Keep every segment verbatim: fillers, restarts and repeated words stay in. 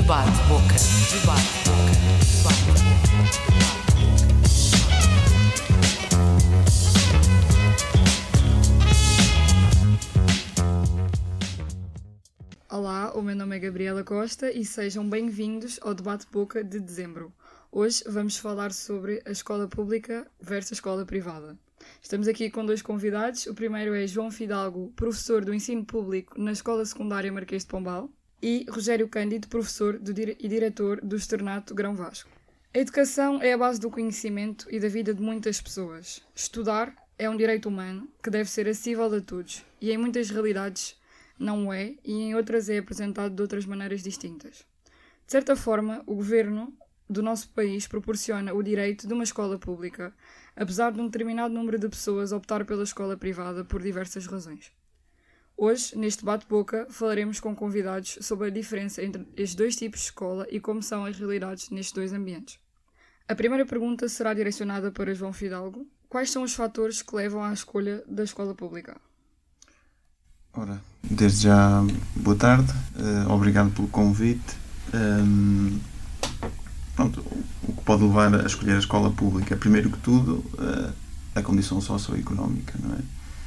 Debate Boca. Debate Boca. Debate Boca. Olá, o meu nome é Gabriela Costa e sejam bem-vindos ao Debate Boca de dezembro. Hoje vamos falar sobre a escola pública versus a escola privada. Estamos aqui com dois convidados. O primeiro é João Fidalgo, professor do ensino público na Escola Secundária Marquês de Pombal, e Rogério Cândido, professor do dire- e diretor do Externato Grão Vasco. A educação é a base do conhecimento e da vida de muitas pessoas. Estudar é um direito humano que deve ser acessível a todos e em muitas realidades não é e em outras é apresentado de outras maneiras distintas. De certa forma, o governo do nosso país proporciona o direito de uma escola pública, apesar de um determinado número de pessoas optar pela escola privada por diversas razões. Hoje, neste bate-boca, falaremos com convidados sobre a diferença entre estes dois tipos de escola e como são as realidades nestes dois ambientes. A primeira pergunta será direcionada para João Fidalgo. Quais são os fatores que levam à escolha da escola pública? Ora, desde já, boa tarde, uh, obrigado pelo convite. Um, pronto, o que pode levar a escolher a escola pública, primeiro que tudo, uh, a condição socioeconómica, não é?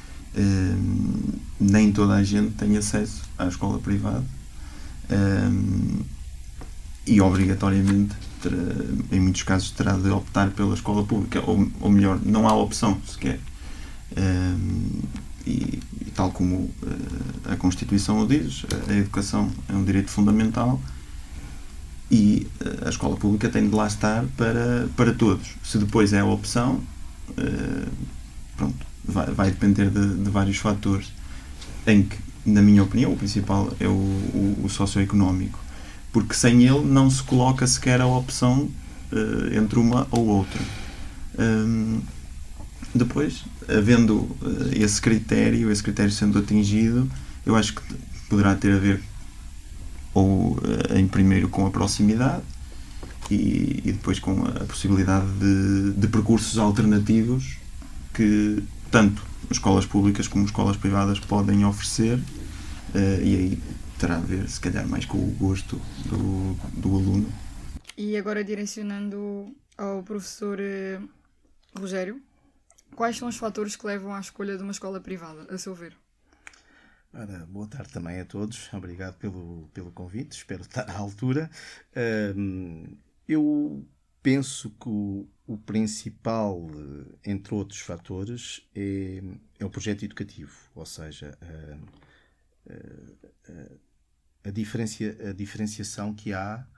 Um, nem toda a gente tem acesso à escola privada um, e obrigatoriamente terá, em muitos casos terá de optar pela escola pública, ou, ou melhor, não há opção sequer. Um, e, e tal como uh, a Constituição o diz, a educação é um direito fundamental e uh, a escola pública tem de lá estar para, para todos. Se depois é a opção, uh, pronto, vai, vai depender de, de vários fatores, em que, na minha opinião, o principal é o, o, o socioeconómico, porque sem ele não se coloca sequer a opção uh, entre uma ou outra. Um, depois, havendo uh, esse critério, esse critério sendo atingido, eu acho que poderá ter a ver ou uh, em primeiro com a proximidade e, e depois com a possibilidade de, de percursos alternativos que tanto escolas públicas como escolas privadas podem oferecer, uh, e aí terá a ver, se calhar, mais com o gosto do, do aluno. E agora direcionando ao professor eh, Rogério, quais são os fatores que levam à escolha de uma escola privada, a seu ver? Ora, boa tarde também a todos, obrigado pelo, pelo convite, espero estar à altura. Um, eu penso que o, o principal, entre outros fatores, é, é o projeto educativo, ou seja, a, a, a, diferencia, a diferenciação que há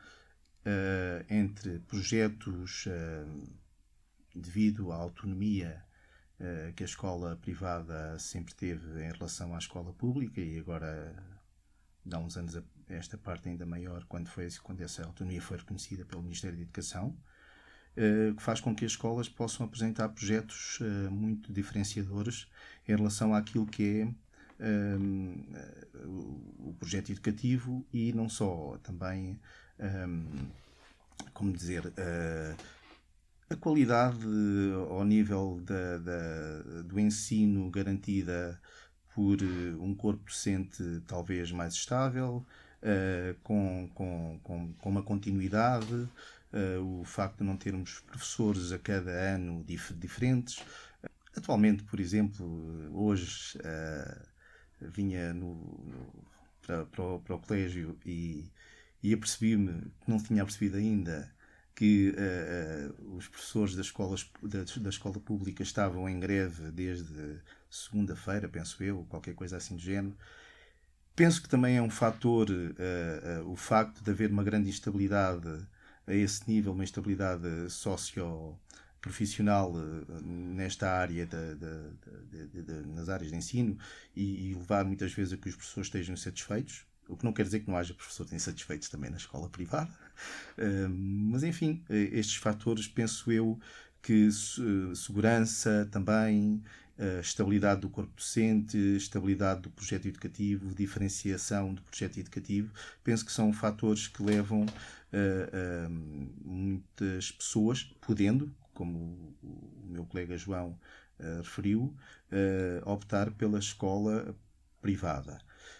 uh, entre projetos uh, devido à autonomia uh, que a escola privada sempre teve em relação à escola pública e agora, há uns anos a esta parte ainda maior, quando, foi, quando essa autonomia foi reconhecida pelo Ministério da Educação, Uh, que faz com que as escolas possam apresentar projetos uh, muito diferenciadores em relação àquilo que é um, uh, o projeto educativo e não só, também, um, como dizer, uh, a qualidade ao nível da, da, do ensino garantida por um corpo docente talvez mais estável, uh, com, com, com, com uma continuidade. Uh, o facto de não termos professores a cada ano dif- diferentes. Atualmente, por exemplo, hoje uh, vinha no, no, para, para, o, para o colégio e, e apercebi-me, que não tinha percebido ainda, que uh, uh, os professores das escolas, da, da escola pública estavam em greve desde segunda-feira, penso eu, qualquer coisa assim do género. Penso que também é um fator uh, uh, o facto de haver uma grande instabilidade a esse nível, uma instabilidade socio-profissional nesta área, de, de, de, de, nas áreas de ensino, e, e levar muitas vezes a que os professores estejam insatisfeitos, o que não quer dizer que não haja professores insatisfeitos também na escola privada, uh, mas enfim, estes fatores, penso eu, que uh, segurança também, uh, estabilidade do corpo docente, estabilidade do projeto educativo, diferenciação do projeto educativo, penso que são fatores que levam Uh, uh, muitas pessoas, podendo, como o, o meu colega João uh, referiu, uh, optar pela escola privada.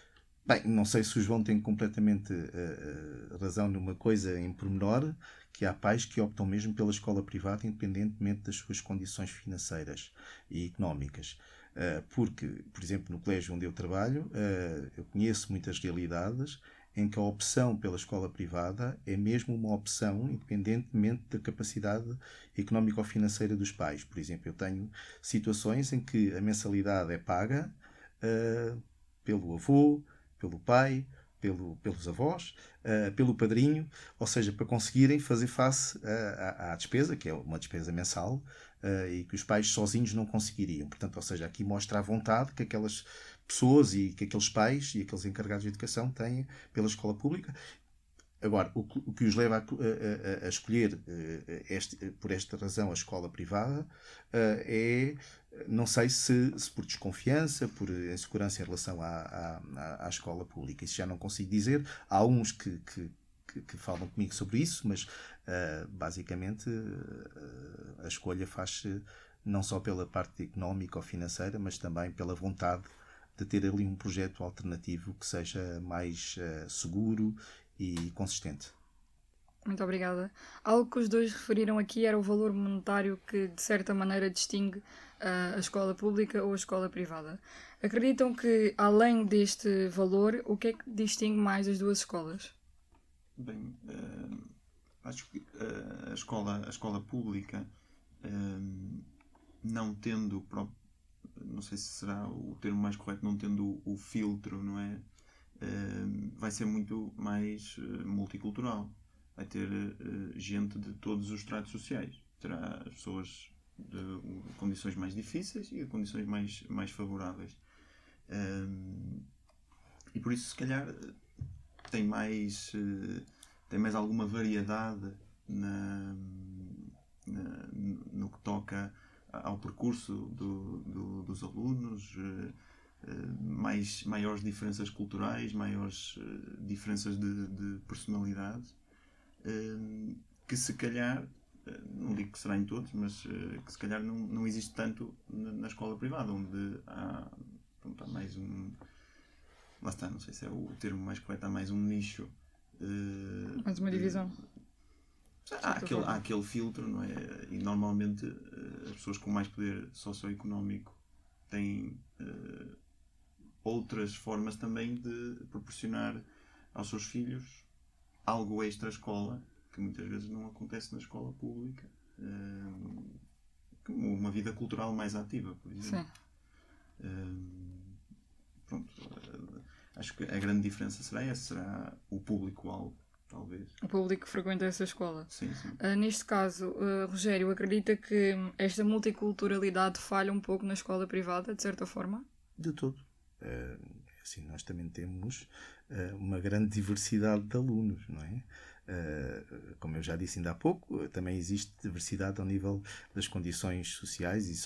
Bem, não sei se o João tem completamente uh, razão numa coisa em pormenor, que há pais que optam mesmo pela escola privada independentemente das suas condições financeiras e económicas. Uh, porque, por exemplo, no colégio onde eu trabalho, uh, eu conheço muitas realidades em que a opção pela escola privada é mesmo uma opção independentemente da capacidade económica ou financeira dos pais. Por exemplo, eu tenho situações em que a mensalidade é paga uh, pelo avô, pelo pai, pelo, pelos avós, uh, pelo padrinho, ou seja, para conseguirem fazer face uh, à, à despesa, que é uma despesa mensal, uh, e que os pais sozinhos não conseguiriam. Portanto, ou seja, aqui mostra a vontade que aquelas pessoas e que aqueles pais e aqueles encarregados de educação têm pela escola pública. Agora, o que, o que os leva a, a, a escolher este, por esta razão a escola privada é, não sei se, se por desconfiança, por insegurança em relação à, à, à escola pública. Isso já não consigo dizer. Há uns que, que, que, que falam comigo sobre isso, mas basicamente a escolha faz-se não só pela parte económica ou financeira, mas também pela vontade de ter ali um projeto alternativo que seja mais seguro e consistente. Muito obrigada. Algo que os dois referiram aqui era o valor monetário que, de certa maneira, distingue uh, a escola pública ou a escola privada. Acreditam que, além deste valor, o que é que distingue mais as duas escolas? Bem, uh, acho que uh, a, escola, a escola pública, uh, não tendo, não sei se será o termo mais correto, não tendo o, o filtro, não é? Uh, vai ser muito mais uh, multicultural. Vai ter uh, gente de todos os estratos sociais. Terá as pessoas de uh, condições mais difíceis e de condições mais, mais favoráveis. Uh, e por isso, se calhar, tem mais, uh, tem mais alguma variedade na, na, no que toca ao percurso do, do, dos alunos. Uh, Uh, mais, maiores diferenças culturais, maiores uh, diferenças de, de personalidade, uh, que se calhar, uh, não digo que será em todos, mas uh, que se calhar não, não existe tanto na, na escola privada, onde há, pronto, há mais um... Lá está, não sei se é o termo mais correto, há mais um nicho. Uh, mais uma divisão. De, há, aquele, há aquele filtro, não é? E normalmente uh, as pessoas com mais poder socioeconómico têm... Uh, outras formas também de proporcionar aos seus filhos algo extra-escola, que muitas vezes não acontece na escola pública, como uma vida cultural mais ativa, por exemplo. Sim. Pronto, acho que a grande diferença será essa, será o público-alvo, talvez. O público que frequenta essa escola. Sim, sim. Uh, neste caso, uh, Rogério, acredita que esta multiculturalidade falha um pouco na escola privada, de certa forma? De todo. Uh, assim, nós também temos uh, uma grande diversidade de alunos, não é? Uh, como eu já disse ainda há pouco, uh, também existe diversidade ao nível das condições sociais e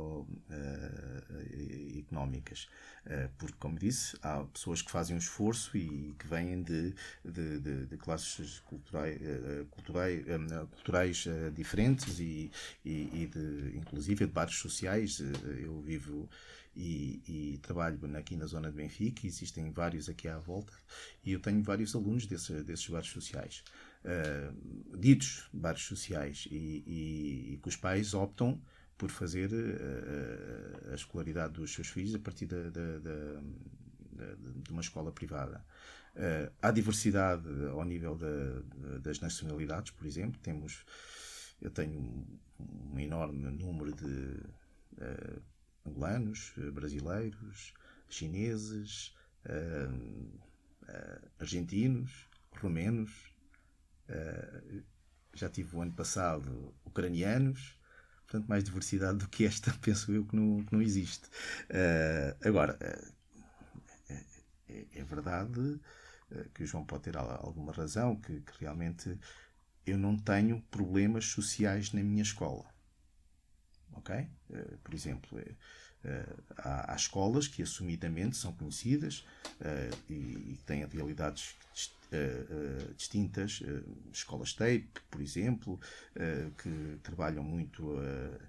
socioeconómicas. Uh, porque, como disse, há pessoas que fazem um esforço e que vêm de, de, de, de classes culturais, uh, culturais, uh, culturais uh, diferentes e, e, e de, inclusive de bairros sociais. Uh, eu vivo E, e trabalho aqui na zona de Benfica, existem vários aqui à volta, e eu tenho vários alunos desse, desses bairros sociais, uh, ditos bairros sociais, e, e, e que os pais optam por fazer uh, a escolaridade dos seus filhos a partir de, de, de, de uma escola privada. Uh, há diversidade ao nível de, das nacionalidades, por exemplo. Temos, eu tenho um, um enorme número de uh, angolanos, brasileiros, chineses, uh, uh, argentinos, romenos, uh, já tive o ano passado ucranianos. Portanto, mais diversidade do que esta, penso eu, que não, que não existe. Uh, agora, uh, é, é verdade uh, que o João pode ter alguma razão, que, que realmente eu não tenho problemas sociais na minha escola. Ok? Uh, por exemplo, uh, há, há escolas que assumidamente são conhecidas uh, e, e têm realidades dist, uh, uh, distintas. Uh, escolas T A P E, por exemplo, uh, que trabalham muito uh,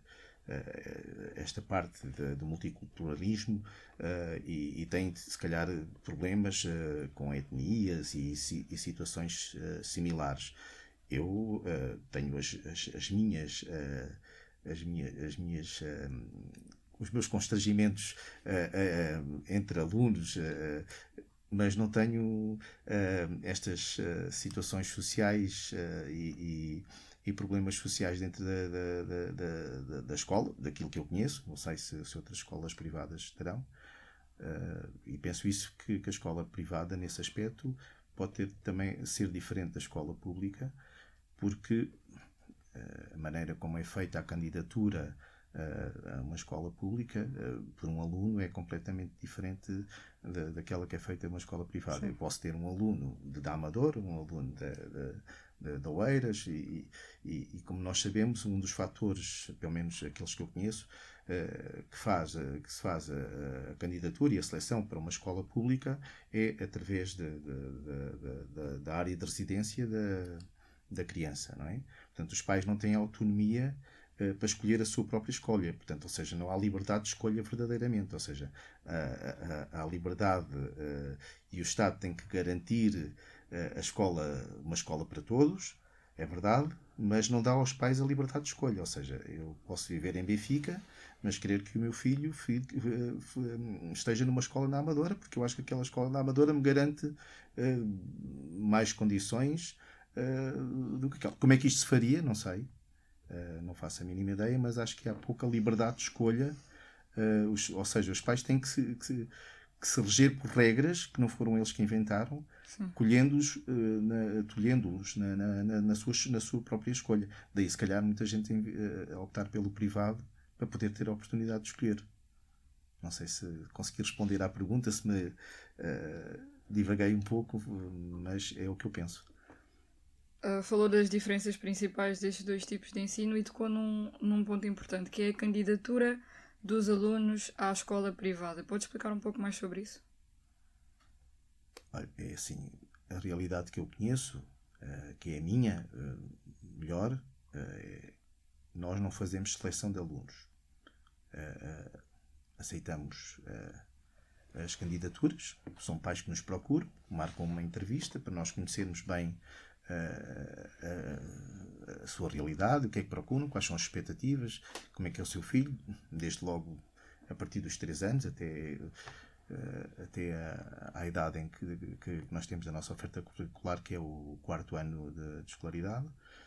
esta parte de, do multiculturalismo uh, e, e tem, se calhar, problemas uh, com etnias e, e situações uh, similares. Eu uh, tenho as, as, as minhas, uh, as minhas, as minhas uh, os meus constrangimentos uh, uh, entre alunos, uh, mas não tenho uh, estas uh, situações sociais uh, e, e e problemas sociais dentro da, da, da, da, da escola, daquilo que eu conheço. Não sei se, se outras escolas privadas terão. Uh, e penso isso, que, que a escola privada, nesse aspecto, pode ter, também ser diferente da escola pública, porque uh, a maneira como é feita a candidatura uh, a uma escola pública uh, por um aluno é completamente diferente da, daquela que é feita a uma escola privada. Sim. Eu posso ter um aluno de da Amadora, um aluno da, da de, de Oeiras e, e, e, como nós sabemos, um dos fatores, pelo menos aqueles que eu conheço, uh, que, faz, uh, que se faz a, a candidatura e a seleção para uma escola pública é através de, de, de, de, da área de residência da, da criança, não é? Portanto, os pais não têm autonomia uh, para escolher a sua própria escolha, portanto, ou seja, não há liberdade de escolha verdadeiramente, ou seja, a, a, a liberdade uh, e o Estado tem que garantir a escola, uma escola para todos, é verdade, mas não dá aos pais a liberdade de escolha. Ou seja, eu posso viver em Benfica, mas querer que o meu filho, filho esteja numa escola na Amadora, porque eu acho que aquela escola na Amadora me garante uh, mais condições uh, do que aquela. Como é que isto se faria? Não sei. Uh, não faço a mínima ideia, mas acho que há pouca liberdade de escolha. Uh, os, ou seja, os pais têm que se, que se que se reger por regras que não foram eles que inventaram, colhendo-os, uh, na, tolhendo-os na, na, na, na, sua, na sua própria escolha. Daí, se calhar, muita gente tem uh, a optar pelo privado para poder ter a oportunidade de escolher. Não sei se consegui responder à pergunta, se me uh, divaguei um pouco, mas é o que eu penso. Uh, falou das diferenças principais destes dois tipos de ensino e tocou num, num ponto importante, que é a candidatura dos alunos à escola privada. Pode explicar um pouco mais sobre isso? É assim, a realidade que eu conheço, uh, que é a minha, uh, melhor, uh, é, nós não fazemos seleção de alunos. Uh, uh, aceitamos uh, as candidaturas, são pais que nos procuram, marcam uma entrevista para nós conhecermos bem uh, uh, a sua realidade, o que é que procuram, quais são as expectativas, como é que é o seu filho, desde logo a partir dos três anos até, uh, até a, a idade em que, que nós temos a nossa oferta curricular, que é o quarto ano de, de escolaridade.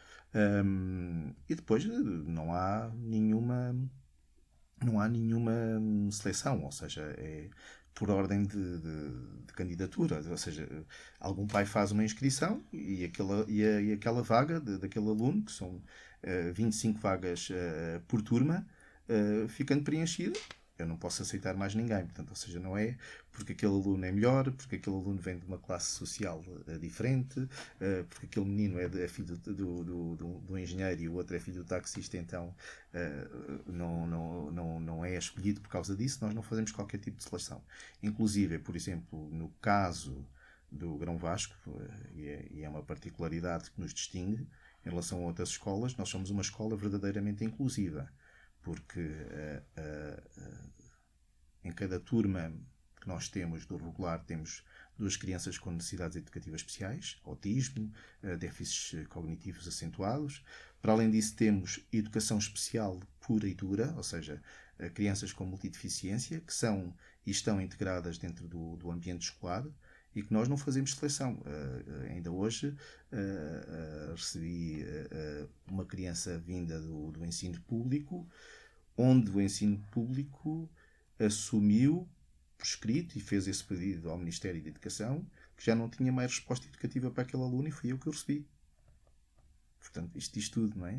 Um, e depois não há nenhuma não há nenhuma seleção, ou seja, é por ordem de, de, de candidatura, ou seja, algum pai faz uma inscrição e aquela, e a, e aquela vaga de, daquele aluno, que são uh, vinte e cinco vagas uh, por turma, uh, ficando preenchida. Eu não posso aceitar mais ninguém, portanto, ou seja, não é porque aquele aluno é melhor, porque aquele aluno vem de uma classe social uh, diferente, uh, porque aquele menino é, de, é filho do, do, do, do engenheiro e o outro é filho do taxista, então uh, não, não, não, não é escolhido por causa disso. Nós não fazemos qualquer tipo de seleção. Inclusive, por exemplo, no caso do Grão Vasco, uh, e, é, e é uma particularidade que nos distingue em relação a outras escolas, nós somos uma escola verdadeiramente inclusiva. Porque uh, uh, uh, em cada turma que nós temos do regular temos duas crianças com necessidades educativas especiais, autismo, uh, déficits cognitivos acentuados. Para além disso temos educação especial pura e dura, ou seja, uh, crianças com multideficiência que são e estão integradas dentro do, do ambiente escolar e que nós não fazemos seleção. Uh, ainda hoje uh, uh, recebi uh, uma criança vinda do, do ensino público, onde o ensino público assumiu por escrito e fez esse pedido ao Ministério da Educação, que já não tinha mais resposta educativa para aquele aluno e foi eu que o recebi. Portanto, isto diz tudo, não é?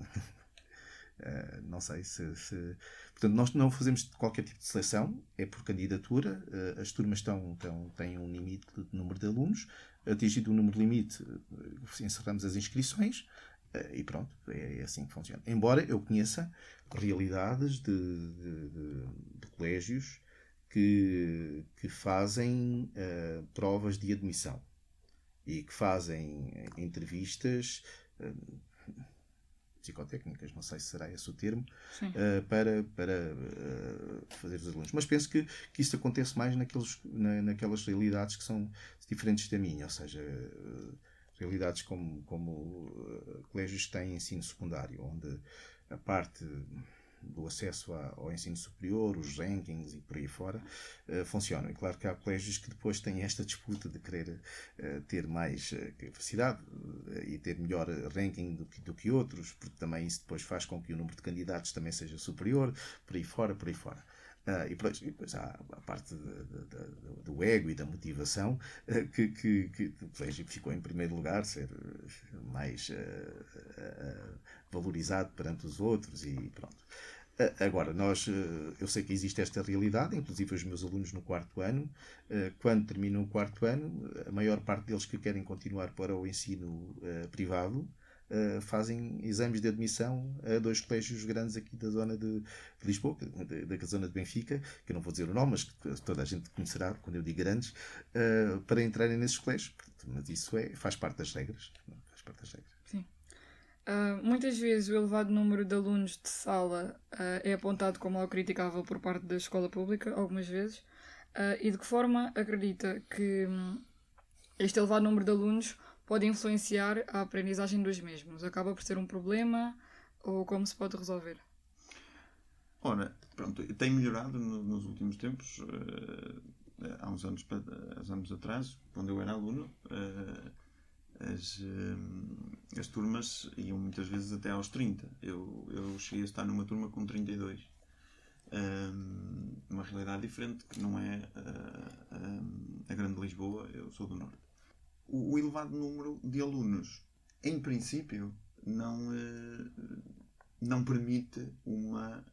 Uh, não sei se, se... Portanto, nós não fazemos qualquer tipo de seleção, é por candidatura. Uh, as turmas estão, estão, têm um limite de número de alunos. Atingido o número limite, uh, encerramos as inscrições uh, e pronto, é, é assim que funciona. Embora eu conheça realidades de, de, de, de colégios que, que fazem uh, provas de admissão e que fazem entrevistas uh, psicotécnicas, não sei se será esse o termo, Sim. uh, para, para uh, fazer os alunos. Mas penso que, que isso acontece mais naqueles, na, naquelas realidades que são diferentes da minha, ou seja, uh, realidades como, como uh, colégios que têm ensino secundário, onde a parte do acesso ao ensino superior, os rankings e por aí fora, uh, funcionam. E claro que há colégios que depois têm esta disputa de querer uh, ter mais uh, capacidade uh, e ter melhor ranking do que, do que outros, porque também isso depois faz com que o número de candidatos também seja superior, por aí fora, por aí fora. Uh, e, depois, e depois há a parte de, de, de, do ego e da motivação uh, que, que, que o colégio ficou em primeiro lugar, ser mais uh, uh, valorizado perante os outros e pronto. Uh, agora, nós, uh, eu sei que existe esta realidade, inclusive os meus alunos no quarto ano, uh, quando terminam o quarto ano, a maior parte deles que querem continuar para o ensino uh, privado, Uh, fazem exames de admissão a dois colégios grandes aqui da zona de, de Lisboa, da, da zona de Benfica, que eu não vou dizer o nome, mas que toda a gente conhecerá quando eu digo grandes, uh, para entrarem nesses colégios. Mas isso é, faz parte das regras. Faz parte das regras. Sim. Uh, muitas vezes o elevado número de alunos de sala uh, é apontado como algo criticável por parte da escola pública, algumas vezes, uh, e de que forma acredita que um, este elevado número de alunos pode influenciar a aprendizagem dos mesmos? Acaba por ser um problema ou como se pode resolver? Ora, pronto, tem melhorado no, nos últimos tempos. Uh, há uns anos, há uns anos atrás, quando eu era aluno, uh, as, uh, as turmas iam muitas vezes até aos trinta. Eu, eu cheguei a estar numa turma com trinta e dois. Uh, uma realidade diferente, que não é uh, uh, a grande Lisboa. Eu sou do Norte. O elevado número de alunos, em princípio, não, não permite uma,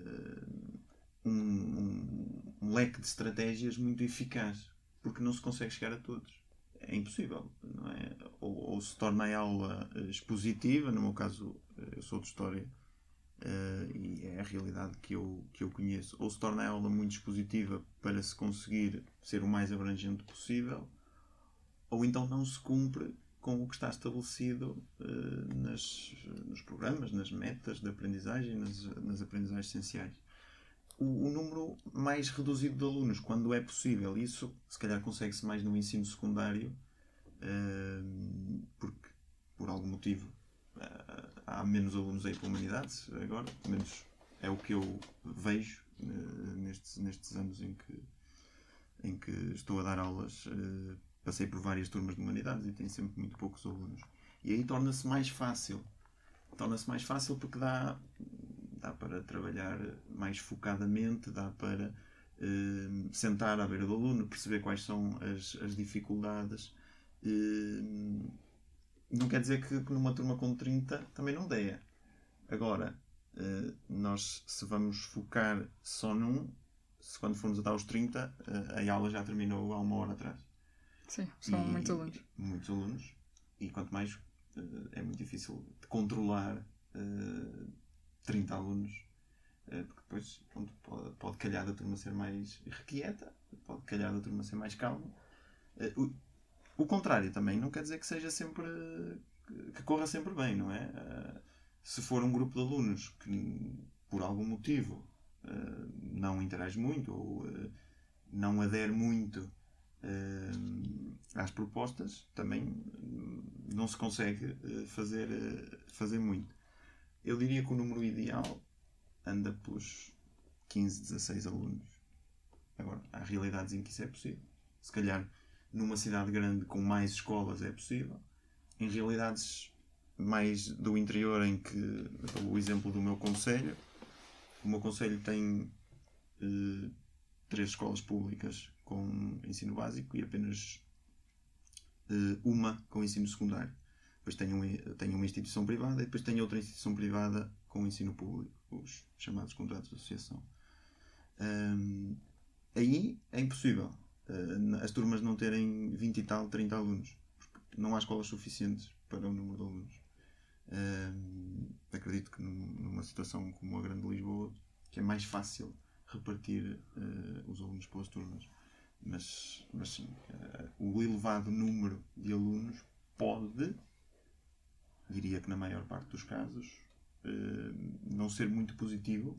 um, um, um leque de estratégias muito eficaz, porque não se consegue chegar a todos. É impossível, não é? Ou, ou se torna a aula expositiva, no meu caso, eu sou de História, e é a realidade que eu, que eu conheço, ou se torna a aula muito expositiva para se conseguir ser o mais abrangente possível, ou então não se cumpre com o que está estabelecido uh, nas, nos programas, nas metas de aprendizagem, nas, nas aprendizagens essenciais. O, o número mais reduzido de alunos, quando é possível, isso se calhar consegue-se mais no ensino secundário, uh, porque por algum motivo uh, há menos alunos aí para humanidades agora, pelo menos é o que eu vejo uh, nestes, nestes anos em que, em que estou a dar aulas. Uh, Passei por várias turmas de humanidades e tem sempre muito poucos alunos. E aí torna-se mais fácil. Torna-se mais fácil porque dá, dá para trabalhar mais focadamente, dá para eh, sentar à beira do aluno, perceber quais são as, as dificuldades. Eh, não quer dizer que, que numa turma com trinta também não dê. Agora, eh, nós se vamos focar só num, se quando formos até aos trinta, eh, a aula já terminou há uma hora atrás. Sim, são e, muitos alunos. Muitos alunos. E quanto mais, uh, é muito difícil de controlar uh, trinta alunos. Uh, porque depois pronto, pode, pode calhar da turma ser mais requieta, pode calhar da turma ser mais calma. Uh, o, o contrário também não quer dizer que seja sempre. que corra sempre bem, não é? Uh, se for um grupo de alunos que, por algum motivo, uh, não interage muito ou uh, não adere muito Uh, às propostas, também não se consegue uh, fazer, uh, fazer muito. Eu diria que o número ideal anda pelos quinze, dezasseis alunos. Agora, há realidades em que isso é possível. Se calhar numa cidade grande com mais escolas é possível. Em realidades mais do interior, em que dou o exemplo do meu concelho, o meu concelho tem uh, três escolas públicas com ensino básico e apenas uh, uma com ensino secundário. Depois tenho, um, tenho uma instituição privada e depois tenho outra instituição privada com ensino público, os chamados contratos de associação. Um, aí é impossível uh, as turmas não terem vinte e tal, trinta alunos. Porque não há escolas suficientes para o número de alunos. Um, acredito que numa situação como a Grande Lisboa, que é mais fácil repartir uh, os alunos pelas turmas. Mas, mas sim, uh, o elevado número de alunos pode, diria que na maior parte dos casos, uh, não ser muito positivo,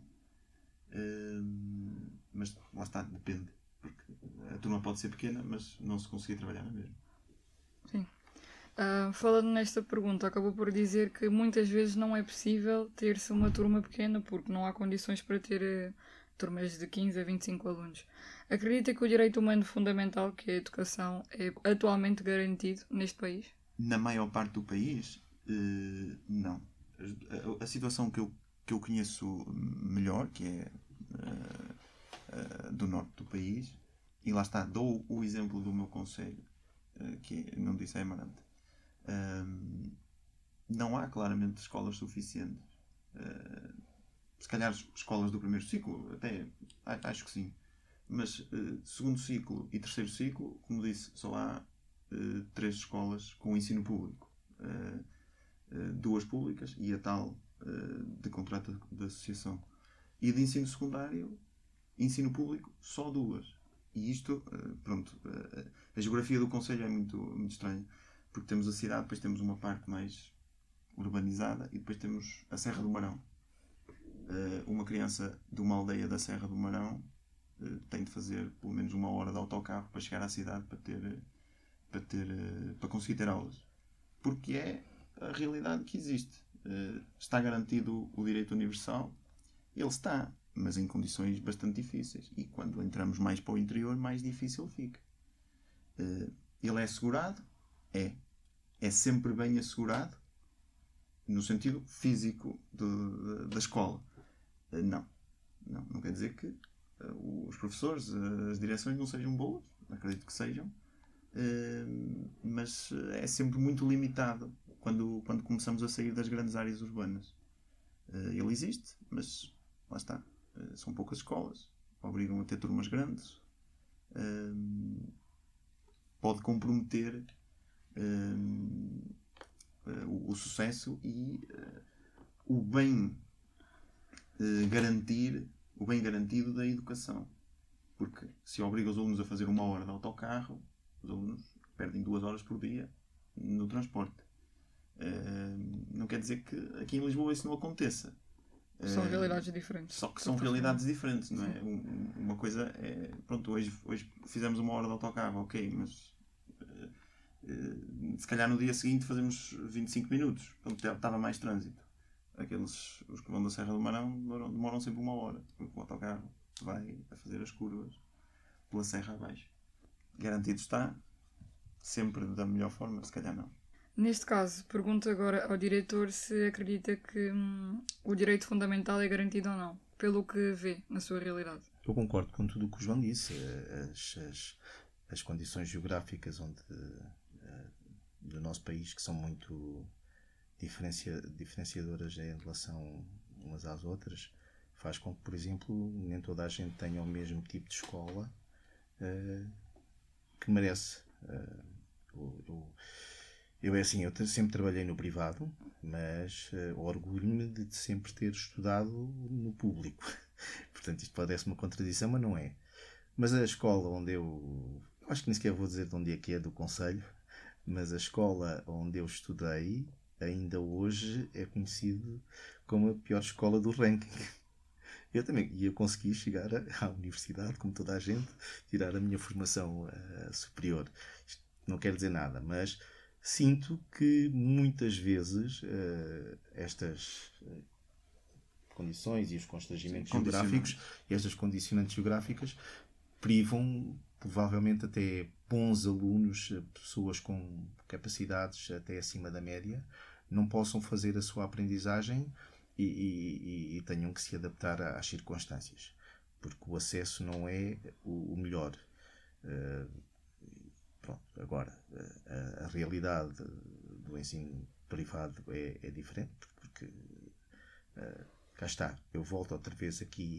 uh, mas lá está, depende. Porque a turma pode ser pequena, mas não se conseguir trabalhar na mesma. Sim. Uh, falando nesta pergunta, acabou por dizer que muitas vezes não é possível ter-se uma turma pequena porque não há condições para ter uh, turmas de quinze a vinte e cinco alunos. Acredita que o direito humano fundamental, que é a educação, é atualmente garantido neste país? Na maior parte do país, uh, não. A, a situação que eu, que eu conheço melhor, que é uh, uh, do norte do país, e lá está, dou o exemplo do meu concelho, uh, que é, não disse, é Amarante. Um, não há claramente escolas suficientes. Uh, se calhar escolas do primeiro ciclo, até acho que sim. Mas uh, segundo ciclo e terceiro ciclo, como disse, só há uh, três escolas com ensino público. Uh, uh, duas públicas e a tal uh, de contrato de, de associação. E de ensino secundário, ensino público, só duas. E isto, uh, pronto, uh, a geografia do concelho é muito, muito estranha. Porque temos a cidade, depois temos uma parte mais urbanizada e depois temos a Serra do Marão. Uh, uma criança de uma aldeia da Serra do Marão uh, tem de fazer pelo menos uma hora de autocarro para chegar à cidade para, ter, para, ter, uh, para conseguir ter aulas. Porque é a realidade que existe. Uh, está garantido o direito universal? Ele está, mas em condições bastante difíceis. E quando entramos mais para o interior, mais difícil fica. Uh, ele é assegurado? É. É sempre bem assegurado no sentido físico de, de, da escola. Não. não. Não quer dizer que uh, os professores, uh, as direções não sejam boas. Acredito que sejam. Uh, mas é sempre muito limitado quando, quando começamos a sair das grandes áreas urbanas. Uh, ele existe, mas lá está. Uh, são poucas escolas. Obrigam a ter turmas grandes. Uh, pode comprometer Uh, uh, o, o sucesso e uh, o bem uh, garantir o bem garantido da educação, porque se obriga os alunos a fazer uma hora de autocarro, os alunos perdem duas horas por dia no transporte. Uh, não quer dizer que aqui em Lisboa isso não aconteça. São uh, realidades diferentes. Só que são realidades diferentes, não é? Um, uma coisa é, pronto, hoje, hoje fizemos uma hora de autocarro, ok, mas uh, Uh, se calhar no dia seguinte fazemos vinte e cinco minutos, portanto estava mais trânsito. Aqueles, os que vão da Serra do Marão demoram, demoram sempre uma hora, porque o autocarro vai a fazer as curvas pela serra abaixo. Garantido está, sempre da melhor forma, se calhar não. Neste caso, pergunto agora ao diretor se acredita que hum, o direito fundamental é garantido ou não, pelo que vê na sua realidade. Eu concordo com tudo o que o João disse. As, as, as condições geográficas onde do nosso país, que são muito diferencia, diferenciadoras em relação umas às outras, faz com que, por exemplo, nem toda a gente tenha o mesmo tipo de escola uh, que merece. Uh, eu, eu, eu é assim, eu sempre trabalhei no privado, mas uh, orgulho-me de sempre ter estudado no público. Portanto, isto parece uma contradição, mas não é. Mas a escola onde eu... eu acho que nem sequer vou dizer de onde é que é do concelho, mas a escola onde eu estudei ainda hoje é conhecido como a pior escola do ranking. Eu também ia conseguir chegar à universidade, como toda a gente, tirar a minha formação uh, superior. Isto não quer dizer nada, mas sinto que muitas vezes uh, estas uh, condições e os constrangimentos Sim, geográficos, estas condicionantes geográficas, privam provavelmente até bons alunos, pessoas com capacidades até acima da média, não possam fazer a sua aprendizagem e, e, e tenham que se adaptar às circunstâncias, porque o acesso não é o, o melhor. Uh, pronto, agora, a, a realidade do ensino privado é, é diferente, porque uh, cá está, eu volto outra vez aqui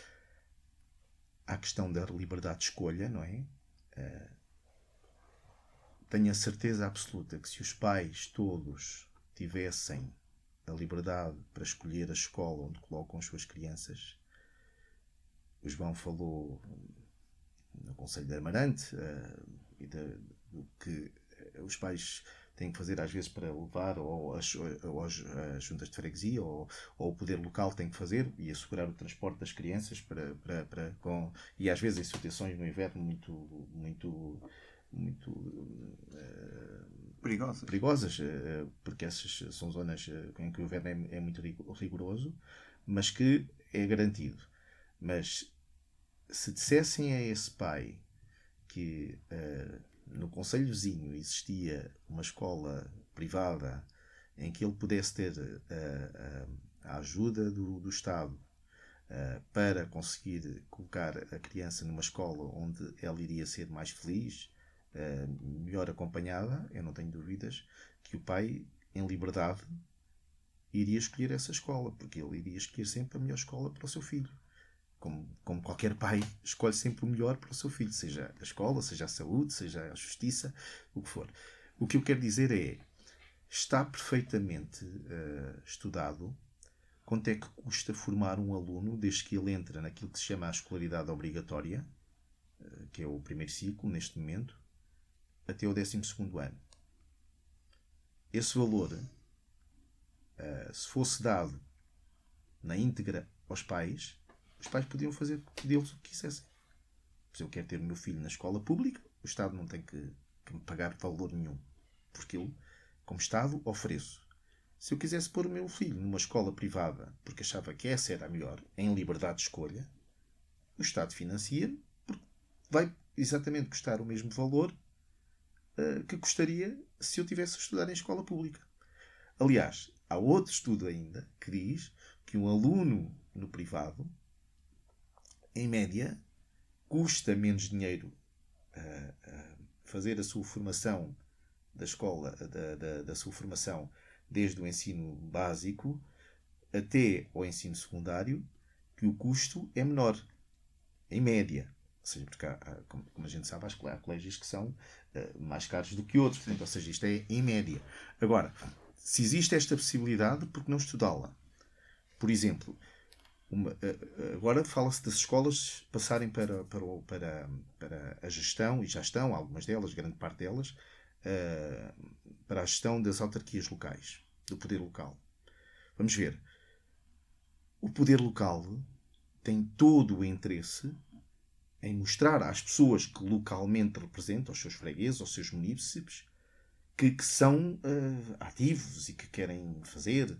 à questão da liberdade de escolha, não é? Uh, tenho a certeza absoluta que se os pais todos tivessem a liberdade para escolher a escola onde colocam as suas crianças, o João falou no Conselho de Amarante uh, e de, do que os pais tem que fazer às vezes para levar, ou as, ou as, as juntas de freguesia, ou, ou o poder local tem que fazer, e assegurar o transporte das crianças, para, para, para, com, e às vezes em situações no inverno muito, muito, muito uh, Perigosas. perigosas, uh, porque essas são zonas em que o inverno é, é muito rigoroso, mas que é garantido. Mas se dissessem a esse pai que uh, no concelho vizinho existia uma escola privada em que ele pudesse ter uh, uh, a ajuda do, do Estado uh, para conseguir colocar a criança numa escola onde ela iria ser mais feliz, uh, melhor acompanhada, eu não tenho dúvidas que o pai, em liberdade, iria escolher essa escola, porque ele iria escolher sempre a melhor escola para o seu filho. Como, como qualquer pai escolhe sempre o melhor para o seu filho, seja a escola, seja a saúde, seja a justiça, o que for. O que eu quero dizer é, está perfeitamente uh, estudado quanto é que custa formar um aluno desde que ele entra naquilo que se chama a escolaridade obrigatória, uh, que é o primeiro ciclo neste momento, até o décimo segundo ano. Esse valor, uh, se fosse dado na íntegra aos pais, os pais podiam fazer deles o que quisessem. Se eu quero ter o meu filho na escola pública, o Estado não tem que, que me pagar valor nenhum. Porque eu, como Estado, ofereço. Se eu quisesse pôr o meu filho numa escola privada, porque achava que essa era a melhor, em liberdade de escolha, o Estado financia-me, porque vai exatamente custar o mesmo valor uh, que custaria se eu tivesse a estudar em escola pública. Aliás, há outro estudo ainda que diz que um aluno no privado, em média, custa menos dinheiro uh, uh, fazer a sua formação da escola, da, da, da sua formação desde o ensino básico até ao ensino secundário, que o custo é menor, em média. Ou seja, porque há, há, como, como a gente sabe, há colégios que são uh, mais caros do que outros. Portanto, ou seja, isto é em média. Agora, se existe esta possibilidade, por que não estudá-la? Por exemplo, Uma, agora fala-se das escolas passarem para, para, para, para a gestão, e já estão, algumas delas, grande parte delas, uh, para a gestão das autarquias locais, do poder local. Vamos ver. O poder local tem todo o interesse em mostrar às pessoas que localmente representam, aos seus fregueses, aos seus munícipes, que, que são uh, ativos e que querem fazer.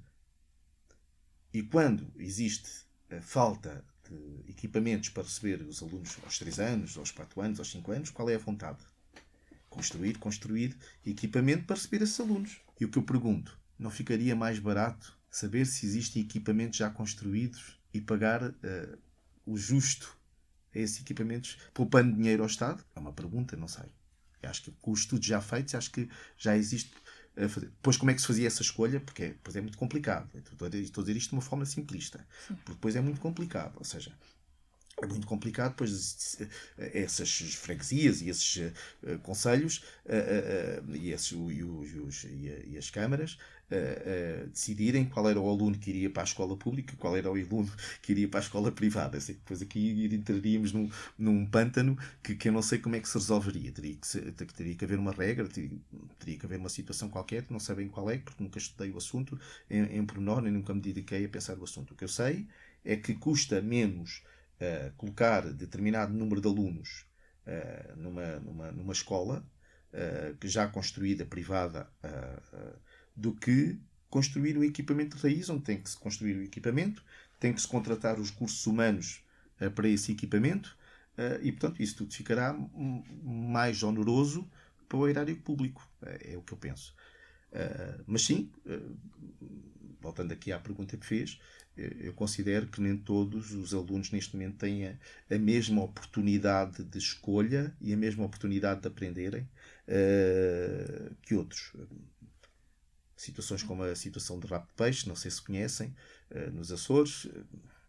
E quando existe a falta de equipamentos para receber os alunos aos três anos, aos quatro anos, aos cinco anos, qual é a vontade? Construir, construir equipamento para receber esses alunos. E o que eu pergunto, não ficaria mais barato saber se existem equipamentos já construídos e pagar uh, o justo a esses equipamentos, poupando dinheiro ao Estado? É uma pergunta, não sei. Eu acho que com os estudos já feitos, acho que já existe... Fazer. Depois, como é que se fazia essa escolha? Porque é, depois é muito complicado. Estou a dizer isto de uma forma simplista. Porque depois é muito complicado. Ou seja, é muito complicado depois essas freguesias e esses uh, conselhos uh, uh, e, esses, e, os, e, a, e as câmaras uh, uh, decidirem qual era o aluno que iria para a escola pública e qual era o aluno que iria para a escola privada. Assim, depois aqui entraríamos num, num pântano que, que eu não sei como é que se resolveria. Teria que, se, teria que haver uma regra, teria, teria que haver uma situação qualquer, que não sei bem qual é, porque nunca estudei o assunto em, em pormenor, nem nunca me dediquei a pensar o assunto. O que eu sei é que custa menos Uh, colocar determinado número de alunos uh, numa, numa, numa escola uh, que já construída, privada, uh, uh, do que construir o equipamento de raiz, onde tem que se construir o equipamento, tem que se contratar os recursos humanos uh, para esse equipamento uh, e, portanto, isso tudo ficará mais oneroso para o erário público. Uh, é o que eu penso. Uh, mas sim, uh, voltando aqui à pergunta que fez, eu considero que nem todos os alunos neste momento têm a, a mesma oportunidade de escolha e a mesma oportunidade de aprenderem uh, que outros. Situações como a situação de rabo de peixe, não sei se conhecem, uh, nos Açores, uh,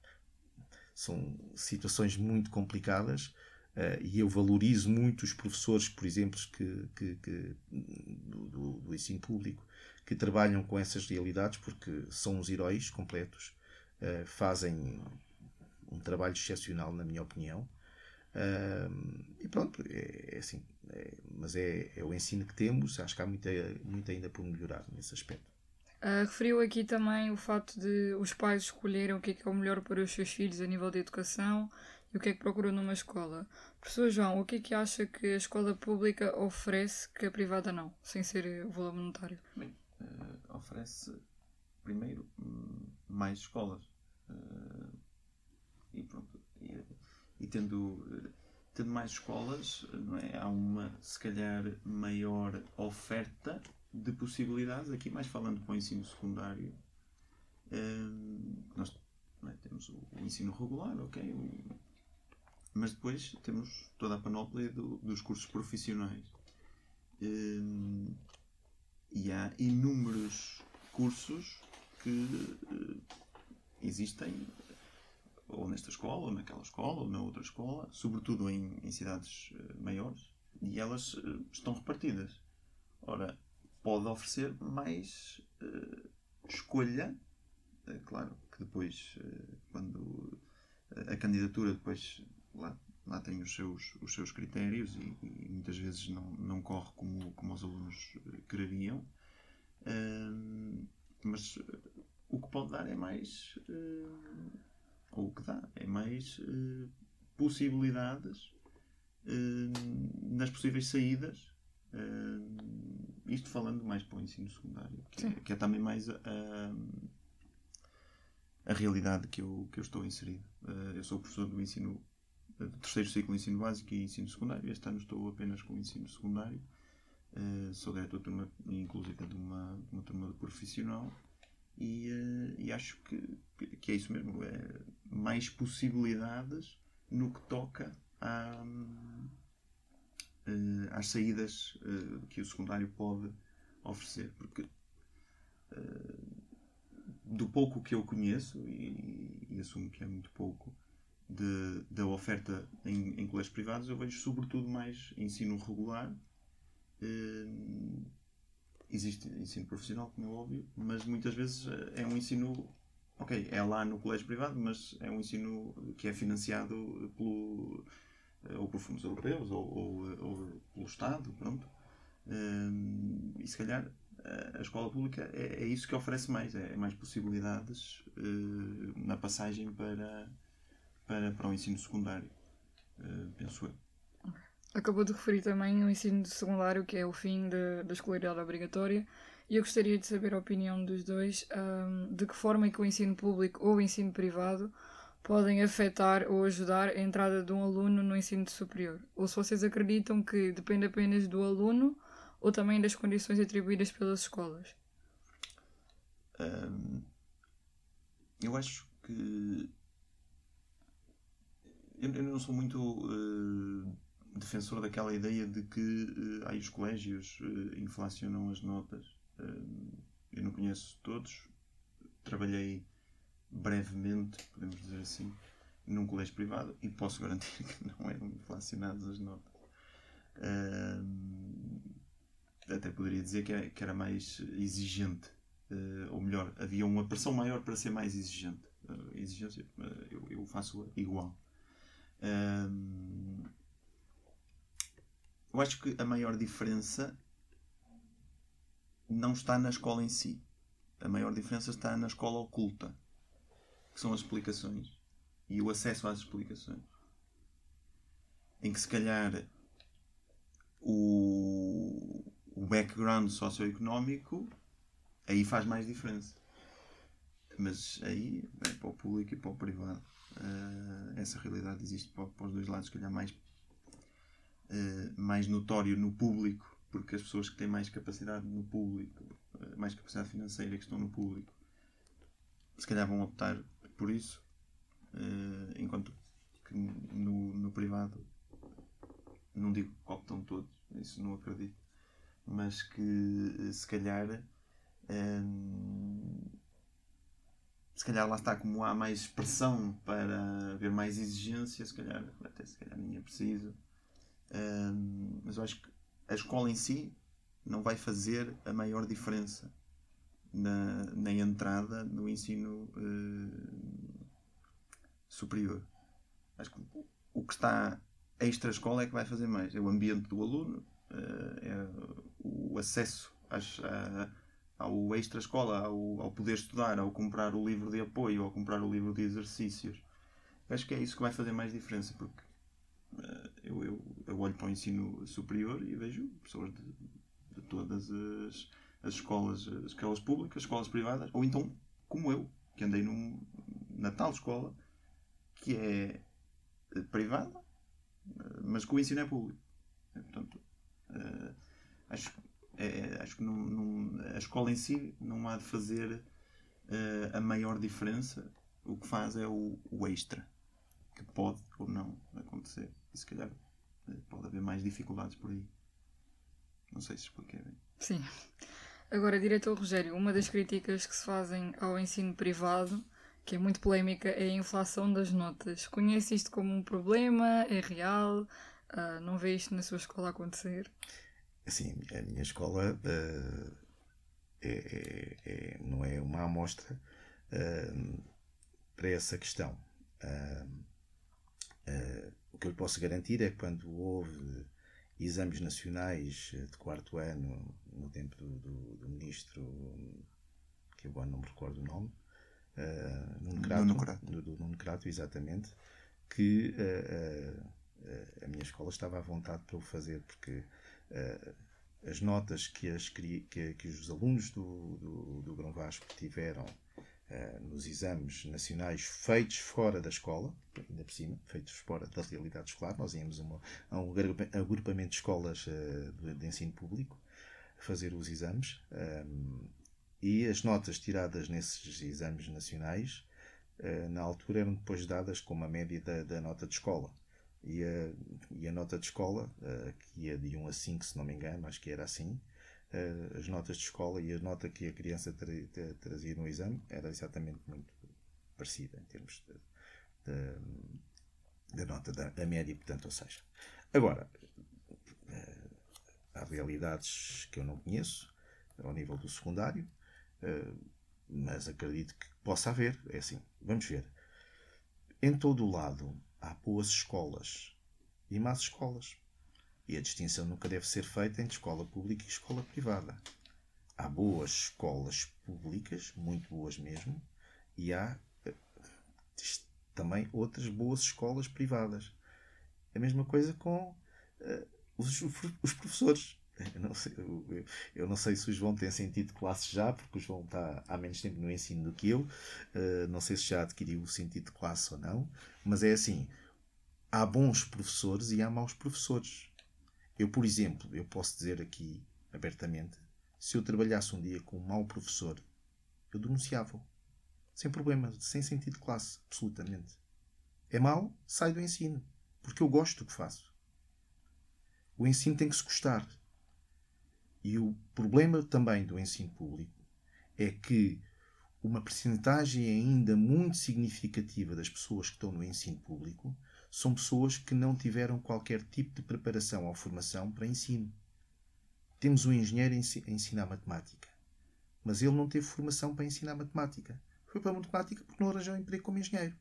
são situações muito complicadas uh, e eu valorizo muito os professores, por exemplo, que, que, que, do, do ensino público, que trabalham com essas realidades, porque são os heróis completos. Uh, fazem um trabalho excepcional, na minha opinião, Uh, e pronto, é, é assim. É, mas é, é o ensino que temos. Acho que há muito, muito ainda por melhorar nesse aspecto. Uh, referiu aqui também o facto de os pais escolherem o que é que é o melhor para os seus filhos a nível de educação e o que é que procuram numa escola. Professor João, o que é que acha que a escola pública oferece que a privada não, sem ser o valor monetário? Bem, uh, oferece, primeiro, mais escolas. Uh, e pronto. E, e tendo, tendo mais escolas, não é? Há uma, se calhar, maior oferta de possibilidades. Aqui, mais falando para o ensino secundário, uh, nós não é? temos o, o ensino regular, ok? O, mas depois temos toda a panóplia do, dos cursos profissionais. Um, e há inúmeros cursos que uh, existem ou nesta escola, ou naquela escola, ou na outra escola, sobretudo em, em cidades uh, maiores, e elas uh, estão repartidas. Ora, pode oferecer mais uh, escolha, uh, claro que depois, uh, quando a candidatura depois lá, lá tem os seus, os seus critérios e, e muitas vezes não, não corre como, como os alunos quereriam, uh, mas uh, o que pode dar é mais, uh, ou o que dá é mais uh, possibilidades uh, nas possíveis saídas, uh, isto falando mais para o ensino secundário, que, é, que é também mais a, a, a realidade que eu, que eu estou inserido. Uh, eu sou professor do ensino do terceiro ciclo de ensino básico e ensino secundário. Este ano estou apenas com o ensino secundário. Uh, sou diretor de turma, inclusive de uma, uma turma de profissional, e, uh, e acho que, que é isso mesmo. É mais possibilidades no que toca à, uh, às saídas uh, que o secundário pode oferecer. Porque uh, do pouco que eu conheço, e, e assumo que é muito pouco, De, da oferta em, em colégios privados, eu vejo sobretudo mais ensino regular. Uh, existe ensino profissional, como é óbvio, mas muitas vezes é um ensino, ok, é lá no colégio privado, mas é um ensino que é financiado pelo, ou por fundos europeus ou, ou, ou pelo Estado, pronto. Uh, e se calhar a escola pública é, é isso que oferece mais, é mais possibilidades uh, na passagem para Para, para o ensino secundário, uh, penso eu. Acabou de referir também o ensino secundário, que é o fim de, da escolaridade obrigatória, e eu gostaria de saber a opinião dos dois, um, de que forma é que o ensino público ou o ensino privado podem afetar ou ajudar a entrada de um aluno no ensino superior. Ou se vocês acreditam que depende apenas do aluno ou também das condições atribuídas pelas escolas. Um, eu acho que Eu não sou muito uh, defensor daquela ideia de que uh, aí os colégios uh, inflacionam as notas. Uh, eu não conheço todos. Trabalhei brevemente, podemos dizer assim, num colégio privado e posso garantir que não eram inflacionadas as notas. Uh, até poderia dizer que, é, que era mais exigente. Uh, ou melhor, havia uma pressão maior para ser mais exigente. Uh, exigência, uh, eu, eu faço igual. Um, eu acho que a maior diferença não está na escola em si. A maior diferença está na escola oculta, que são as explicações e o acesso às explicações, em que se calhar o, o background socioeconómico aí faz mais diferença, mas aí é para o público e para o privado. Uh, essa realidade existe para, para os dois lados, se calhar mais, uh, mais notório no público, porque as pessoas que têm mais capacidade no público, uh, mais capacidade financeira que estão no público, se calhar vão optar por isso, uh, enquanto que no, no privado, não digo que optam todos, isso não acredito, mas que se calhar um, se calhar lá está, como há mais pressão para haver mais exigência, se calhar até se calhar nem é preciso. Um, mas eu acho que a escola em si não vai fazer a maior diferença na, na entrada no ensino uh, superior. Acho que o que está a extra-escola é que vai fazer mais. É o ambiente do aluno, é o acesso às, a, ao extra-escola, ao, ao poder estudar, ao comprar o livro de apoio, ao comprar o livro de exercícios. Acho que é isso que vai fazer mais diferença, porque eu, eu, eu olho para o ensino superior e vejo pessoas de, de todas as, as escolas, as escolas públicas, escolas privadas, ou então, como eu, que andei num, na tal escola, que é privada, mas que o ensino é público. Portanto, uh, acho, é, acho que não, não, a escola em si não há de fazer uh, a maior diferença. O que faz é o, o extra, que pode ou não acontecer. E se calhar pode haver mais dificuldades por aí. Não sei se expliquei bem. Sim. Agora, diretor Rogério, uma das críticas que se fazem ao ensino privado, que é muito polémica, é a inflação das notas. Conhece isto como um problema? É real? Uh, não vê isto na sua escola acontecer? Assim, a minha escola uh, é, é, é, não é uma amostra uh, para essa questão. Uh, uh, o que eu posso garantir é que quando houve exames nacionais de quarto ano, no tempo do, do, do ministro, que eu agora não me recordo o nome, uh, Nuno Crato, Nuno Crato. Do, do Nuno Crato, exatamente, que uh, uh, a minha escola estava à vontade para o fazer, porque uh, as notas que, as, que, que os alunos do, do, do Grão Vasco tiveram uh, nos exames nacionais feitos fora da escola, ainda por cima, feitos fora da realidade escolar, nós íamos a, uma, a um agrupamento de escolas uh, de, de ensino público fazer os exames, um, e as notas tiradas nesses exames nacionais, uh, na altura, eram depois dadas como a média da, da nota de escola. E a, e a nota de escola, uh, que ia de um a cinco, se não me engano, acho que era assim, uh, as notas de escola e a nota que a criança tra, tra, trazia no exame era exatamente muito parecida em termos de, de, da nota da, da média, portanto, ou seja. Agora, uh, há realidades que eu não conheço ao nível do secundário, uh, mas acredito que possa haver. É assim, vamos ver. Em todo o lado há boas escolas e más escolas. E a distinção nunca deve ser feita entre escola pública e escola privada. Há boas escolas públicas, muito boas mesmo, e há também outras boas escolas privadas. A mesma coisa com uh, os, os professores. Eu não, sei, eu, eu não sei se o João tem sentido de classe já, porque o João está há menos tempo no ensino do que eu. Uh, não sei se já adquiriu o sentido de classe ou não. Mas é assim, há bons professores e há maus professores. Eu, por exemplo, eu posso dizer aqui abertamente, se eu trabalhasse um dia com um mau professor, eu denunciava-o. Sem problema, sem sentido de classe, absolutamente. É mau, sai do ensino. Porque eu gosto do que faço. O ensino tem que se gostar. E o problema também do ensino público é que uma percentagem ainda muito significativa das pessoas que estão no ensino público são pessoas que não tiveram qualquer tipo de preparação ou formação para ensino. Temos um engenheiro a ensinar matemática, mas ele não teve formação para ensinar matemática. Foi para a matemática porque não arranjou emprego como engenheiro.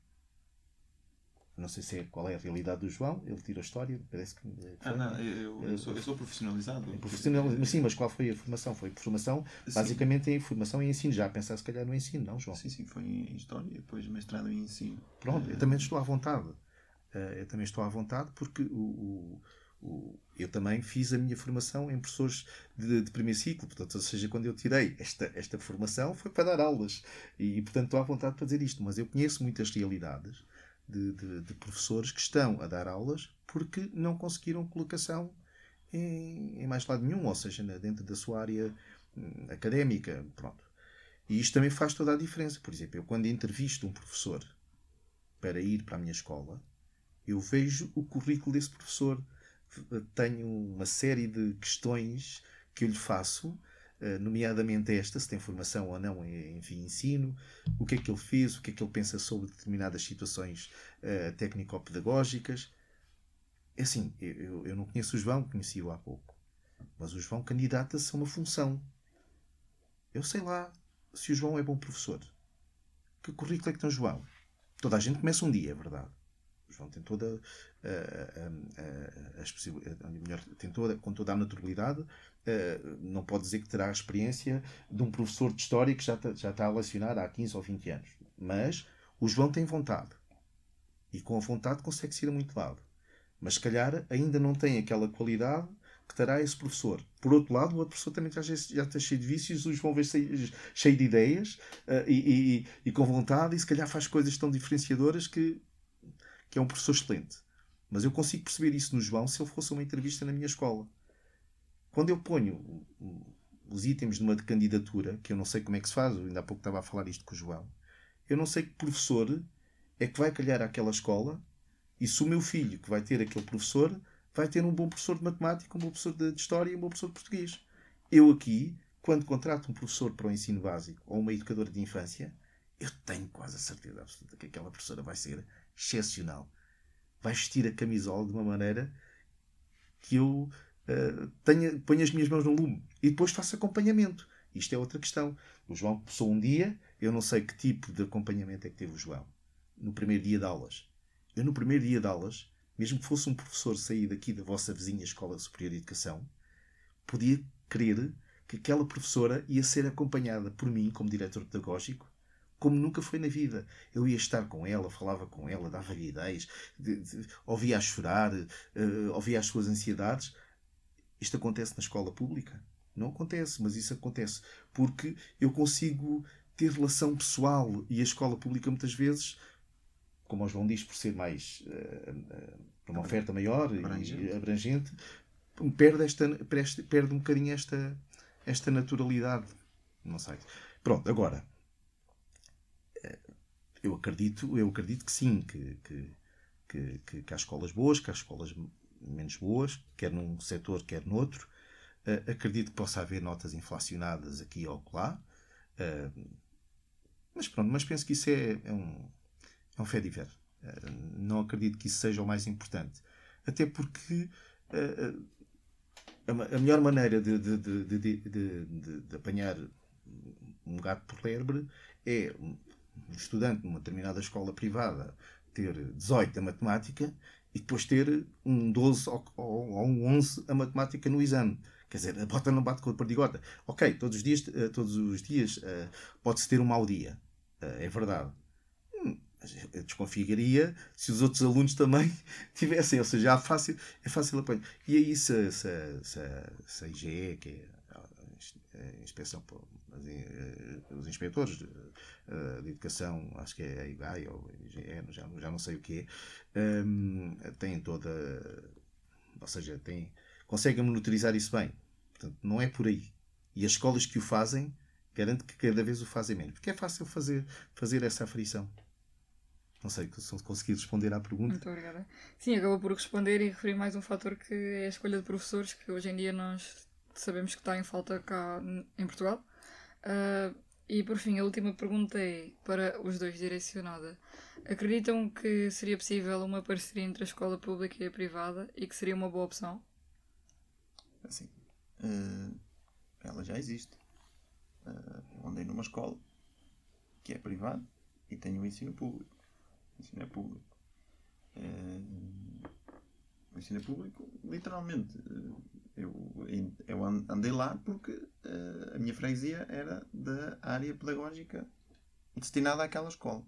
Não sei se é, qual é a realidade do João. Ele tira a história, parece que... Ah, não, eu, eu, sou, eu sou profissionalizado. É profissional, sim, mas qual foi a formação? Foi formação, sim, basicamente em formação e ensino. Já a pensar se calhar no ensino, não, João? Sim, sim, foi em História, depois mestrado em Ensino. Pronto, eu também estou à vontade. Eu também estou à vontade porque o, o, o, eu também fiz a minha formação em professores de, de primeiro ciclo. Portanto, ou seja, quando eu tirei esta, esta formação foi para dar aulas. E, portanto, estou à vontade para dizer isto. Mas eu conheço muitas realidades De, de, de professores que estão a dar aulas porque não conseguiram colocação em, em mais lado nenhum, ou seja, dentro da sua área hum, académica. Pronto. E isto também faz toda a diferença. Por exemplo, eu quando entrevisto um professor para ir para a minha escola, eu vejo o currículo desse professor. Tenho uma série de questões que eu lhe faço, nomeadamente esta, se tem formação ou não em, enfim, ensino, o que é que ele fez, o que é que ele pensa sobre determinadas situações uh, técnico-pedagógicas. É assim, eu, eu não conheço o João, conheci-o há pouco, mas o João candidata-se a uma função. Eu sei lá se o João é bom professor. Que currículo é que tem o João? Toda a gente começa um dia, é verdade. O João tem toda a, a, a, as possibilidades, melhor, tem toda, com toda a naturalidade, uh, não pode dizer que terá a experiência de um professor de História que já está, já está a lecionar há quinze ou vinte anos. Mas o João tem vontade. E com a vontade consegue-se ir a muito lado. Mas se calhar ainda não tem aquela qualidade que terá esse professor. Por outro lado, o outro professor também já, já está cheio de vícios, os vão ver cheio, cheio de ideias uh, e, e, e com vontade, e se calhar faz coisas tão diferenciadoras que, que é um professor excelente. Mas eu consigo perceber isso no João se ele fosse uma entrevista na minha escola. Quando eu ponho os itens de uma candidatura, que eu não sei como é que se faz, eu ainda há pouco estava a falar isto com o João, eu não sei que professor é que vai calhar àquela escola, e se o meu filho, que vai ter aquele professor, vai ter um bom professor de matemática, um bom professor de história e um bom professor de português. Eu aqui, quando contrato um professor para o ensino básico ou uma educadora de infância, eu tenho quase a certeza absoluta que aquela professora vai ser excepcional. Vai vestir a camisola de uma maneira que eu uh, tenha, ponho as minhas mãos no lume. E depois faço acompanhamento. Isto é outra questão. O João começou um dia, eu não sei que tipo de acompanhamento é que teve o João. No primeiro dia de aulas. Eu, no primeiro dia de aulas, mesmo que fosse um professor sair daqui da vossa vizinha Escola Superior de Educação, podia crer que aquela professora ia ser acompanhada por mim, como diretor pedagógico, como nunca foi na vida. Eu ia estar com ela, falava com ela, dava-lhe ideias, de, de, ouvia-a chorar, uh, ouvia as suas ansiedades. Isto acontece na escola pública? Não acontece, mas isso acontece porque eu consigo ter relação pessoal, e a escola pública muitas vezes, como o João diz, por ser mais uh, uh, para uma oferta maior abrangente. e abrangente, perde, esta, perde, perde um bocadinho esta, esta naturalidade. Não sei. Pronto, agora, uh, eu acredito, eu acredito que sim, que, que, que, que, que há escolas boas, que há escolas menos boas, quer num setor, quer noutro. Uh, acredito que possa haver notas inflacionadas aqui ou lá. Uh, mas pronto, mas penso que isso é, é um É um fait divers. Não acredito que isso seja o mais importante. Até porque uh, a melhor maneira de, de, de, de, de, de, de apanhar um gato por lebre é um estudante numa determinada escola privada ter dezoito a matemática e depois ter um doze ou, ou, ou um onze a matemática no exame. Quer dizer, a bota não bate com a perdigota. Ok, todos os dias, todos os dias uh, pode-se ter um mau dia. Uh, é verdade. Eu desconfiaria se os outros alunos também tivessem, ou seja, é fácil, é fácil apanhar. E aí se, se, se, se a I G E, que é a inspeção, os inspetores de, de educação, acho que é a I G A I ou a I G E, já, já não sei o que é, um, têm toda, ou seja, têm, conseguem monitorizar isso bem. Portanto, não é por aí. E as escolas que o fazem, garanto que cada vez o fazem menos. Porque é fácil fazer, fazer essa aferição. Não sei se consegui responder à pergunta. Muito obrigada. Sim, acabou por responder e referir mais um fator que é a escolha de professores, que hoje em dia nós sabemos que está em falta cá em Portugal. Uh, e por fim, a última pergunta é para os dois direcionada. Acreditam que seria possível uma parceria entre a escola pública e a privada e que seria uma boa opção? Assim, uh, ela já existe. Uh, eu andei numa escola que é privada e tem o ensino público. O ensino é público. Uh, o ensino é público, literalmente. Uh, eu, eu andei lá porque uh, a minha freguesia era da área pedagógica destinada àquela escola.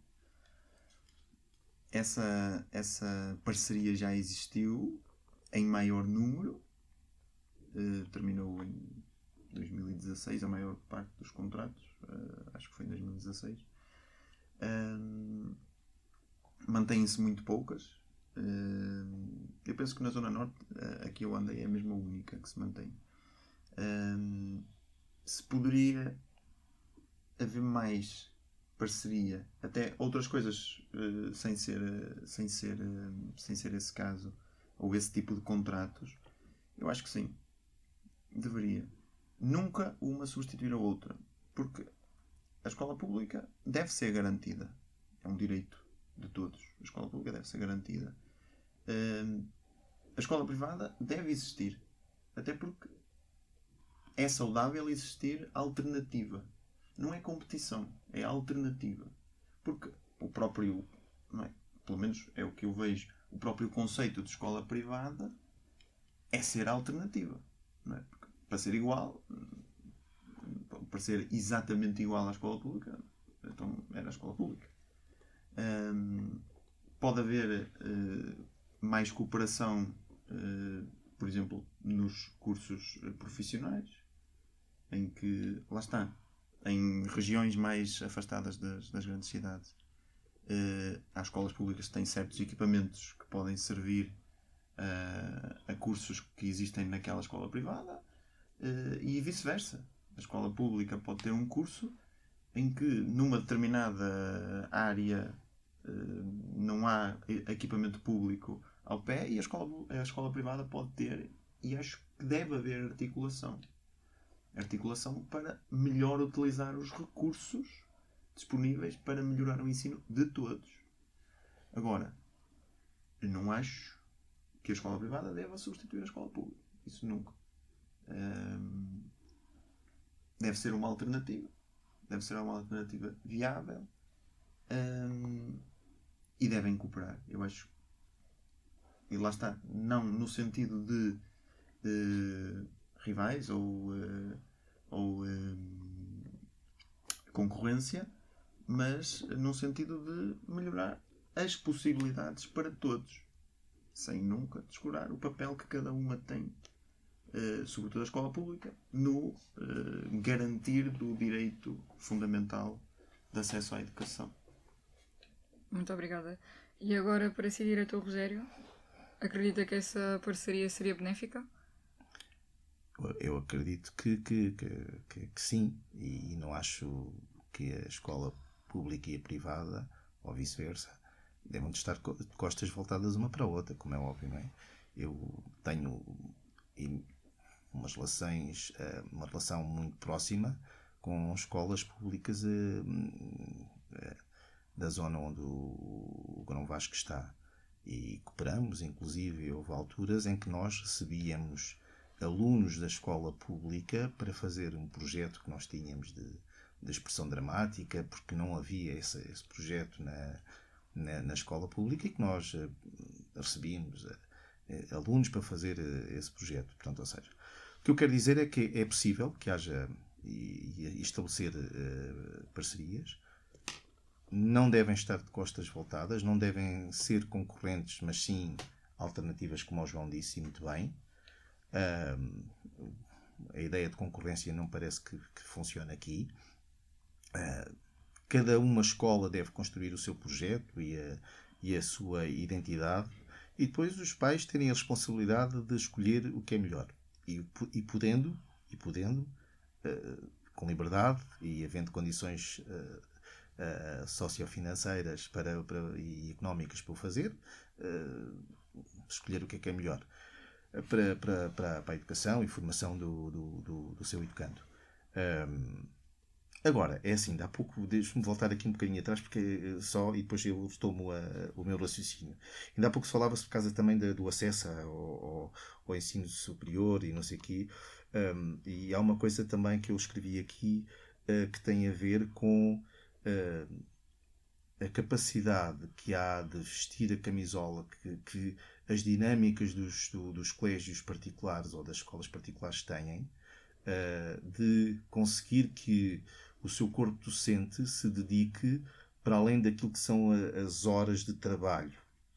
Essa, essa parceria já existiu em maior número. Uh, terminou em dois mil e dezasseis a maior parte dos contratos. Uh, acho que foi em dois mil e dezasseis. Uh, Mantêm-se muito poucas. Uh, eu penso que na Zona Norte, uh, aqui eu andei, é a mesma única que se mantém. Uh, se poderia haver mais parceria, até outras coisas, uh, sem ser, uh, sem ser, uh, sem ser esse caso, ou esse tipo de contratos, eu acho que sim. Deveria. Nunca uma substituir a outra. Porque a escola pública deve ser garantida. É um direito de todos. A escola pública deve ser garantida. Uh, a escola privada deve existir. Até porque é saudável existir alternativa. Não é competição. É alternativa. Porque o próprio, não é? pelo menos é o que eu vejo, o próprio conceito de escola privada é ser alternativa. Não é? Porque para ser igual, para ser exatamente igual à escola pública, então era a escola pública. Um, pode haver uh, mais cooperação, uh, por exemplo, nos cursos profissionais, em que, lá está, em regiões mais afastadas das, das grandes cidades, uh, há escolas públicas que têm certos equipamentos que podem servir uh, a cursos que existem naquela escola privada, uh, e vice-versa. A escola pública pode ter um curso em que, numa determinada área, uh, não há equipamento público ao pé, e a escola, a escola privada pode ter, e acho que deve haver articulação. Articulação para melhor utilizar os recursos disponíveis para melhorar o ensino de todos. Agora, eu não acho que a escola privada deva substituir a escola pública. Isso nunca. Um, deve ser uma alternativa. Deve ser uma alternativa viável. Um, e devem cooperar. Eu acho. E lá está. Não no sentido de, de rivais ou, uh, ou um, concorrência, mas no sentido de melhorar as possibilidades para todos, sem nunca descurar o papel que cada uma tem, uh, sobretudo a escola pública, no uh, garantir do direito fundamental de acesso à educação. Muito obrigada. E agora, para ser diretor Rogério, acredita que essa parceria seria benéfica? Eu acredito que, que, que, que, que sim, e não acho que a escola pública e a privada, ou vice-versa, devem estar de costas voltadas uma para a outra, como é óbvio, não é? Eu tenho umas relações, uma relação muito próxima com escolas públicas da zona onde o Grão Vasco está, e cooperamos, inclusive houve alturas em que nós recebíamos alunos da escola pública para fazer um projeto que nós tínhamos de, de expressão dramática, porque não havia esse, esse projeto na, na, na escola pública, e que nós uh, recebíamos uh, uh, alunos para fazer uh, esse projeto. Portanto, ou seja, o que eu quero dizer é que é possível que haja e, e estabelecer uh, parcerias. Não devem estar de costas voltadas, não devem ser concorrentes, mas sim alternativas, como o João disse muito bem. Uh, a ideia de concorrência não parece que, que funcione aqui. Uh, cada uma escola deve construir o seu projeto e a, e a sua identidade, e depois os pais terem a responsabilidade de escolher o que é melhor, e, e podendo, e podendo uh, com liberdade e havendo condições uh, uh, sociofinanceiras para, para, e económicas para o fazer, uh, escolher o que é que é melhor Para, para, para, para a educação e formação do, do, do, do seu educando. Um, agora, é assim, há pouco, deixe-me voltar aqui um bocadinho atrás, porque só, e depois eu retomo a, o meu raciocínio. Ainda há pouco se falava-se por causa também da, do acesso ao, ao, ao ensino superior e não sei o quê, um, e há uma coisa também que eu escrevi aqui uh, que tem a ver com uh, a capacidade que há de vestir a camisola que, que as dinâmicas dos, do, dos colégios particulares ou das escolas particulares têm, uh, de conseguir que o seu corpo docente se dedique para além daquilo que são a, as horas de trabalho.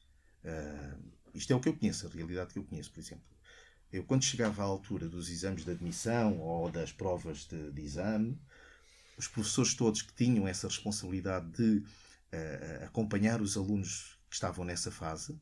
Uh, isto é o que eu conheço, a realidade que eu conheço, por exemplo. Eu, quando chegava à altura dos exames de admissão ou das provas de, de exame, os professores todos que tinham essa responsabilidade de Uh, acompanhar os alunos que estavam nessa fase,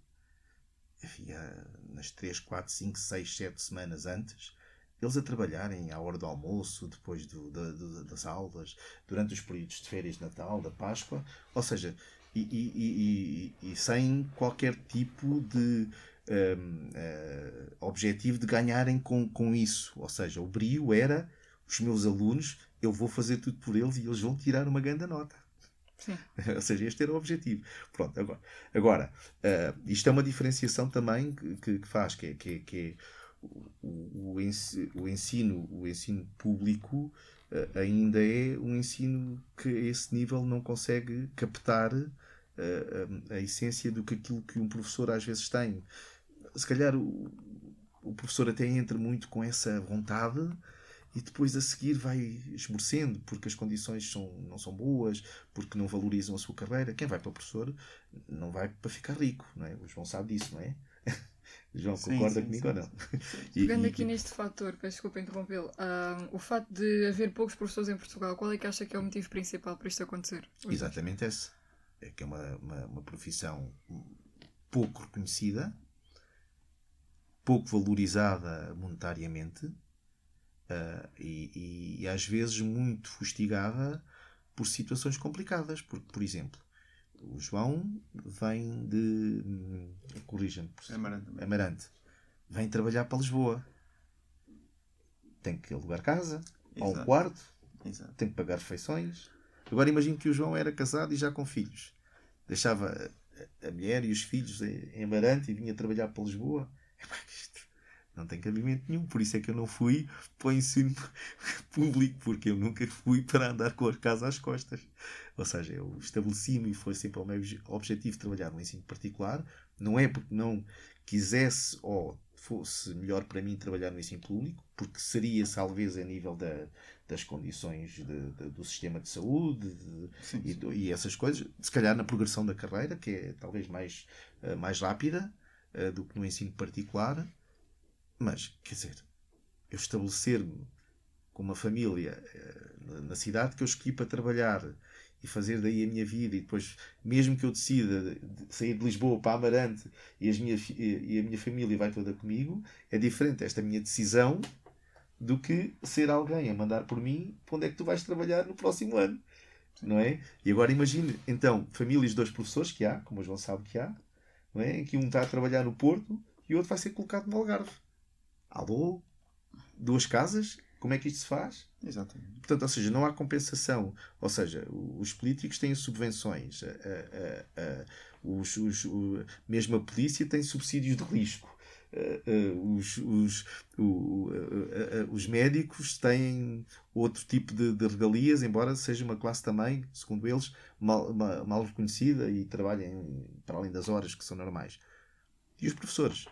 havia nas três, quatro, cinco, seis, sete semanas antes, eles a trabalharem à hora do almoço, depois do, da, da, das aulas, durante os períodos de férias de Natal, da Páscoa, ou seja, e, e, e, e sem qualquer tipo de um, uh, objetivo de ganharem com, com isso. Ou seja, o brio era: os meus alunos, eu vou fazer tudo por eles e eles vão tirar uma grande nota. Sim. Ou seja, este era o objetivo. Pronto, agora, agora uh, isto é uma diferenciação também que, que faz, que é, que é, que é o, o, ensino, o ensino público uh, ainda é um ensino que a esse nível não consegue captar a, a, a essência do que aquilo que um professor às vezes tem. Se calhar o, o professor até entra muito com essa vontade e depois a seguir vai esmorecendo porque as condições são, não são boas, porque não valorizam a sua carreira. Quem vai para professor não vai para ficar rico, não é? O João sabe disso, não é? O João Sim, concorda sim, comigo sim. ou não? E- Pegando e- aqui neste fator, peço desculpa interrompê-lo, ah, o facto de haver poucos professores em Portugal, qual é que acha que é o motivo principal para isto acontecer? Exatamente esse. É que é uma, uma, uma profissão pouco reconhecida, pouco valorizada monetariamente, uh, e, e, e às vezes muito fustigada por situações complicadas. Porque, por exemplo, o João vem de. hum, Corrija-me. por- Amarante. Amarante. Vem trabalhar para Lisboa. Tem que alugar casa, ou um Exato. quarto, Exato. tem que pagar refeições. Agora imagino que o João era casado e já com filhos. Deixava a, a mulher e os filhos em, em Amarante e vinha trabalhar para Lisboa. Epá, isto não tem cabimento nenhum. Por isso é que eu não fui para o ensino público, porque eu nunca fui para andar com a casa às costas. Ou seja, eu estabeleci-me e foi sempre o meu obje- objetivo trabalhar no ensino particular. Não é porque não quisesse ou fosse melhor para mim trabalhar no ensino público, porque seria talvez a nível da, das condições de- de- do sistema de saúde de- Sim, e, sim. do- e essas coisas, se calhar na progressão da carreira, que é talvez mais, eh, mais rápida eh, do que no ensino particular. Mas, quer dizer, eu estabelecer-me com uma família eh, na- na cidade que eu escolhi para trabalhar e fazer daí a minha vida, e depois, mesmo que eu decida de- de sair de Lisboa para Amarante e, as minha, fi- e a minha família vai toda comigo, é diferente esta minha decisão do que ser alguém a mandar por mim para onde é que tu vais trabalhar no próximo ano. Não é? E agora imagine, então, famílias de dois professores que há, como o João sabe que há, não é? Em que um está a trabalhar no Porto e o outro vai ser colocado no Algarve. Alô? Duas casas? Como é que isto se faz? Exatamente. Portanto, ou seja, não há compensação. Ou seja, o- os políticos têm subvenções, a- a- a- a- os, os- o- mesmo a polícia tem subsídios de risco. A- a- os, os, o- a- a- os médicos têm outro tipo de, de regalias, embora seja uma classe também, segundo eles, mal, ma- mal reconhecida e trabalhem para além das horas que são normais. E os professores?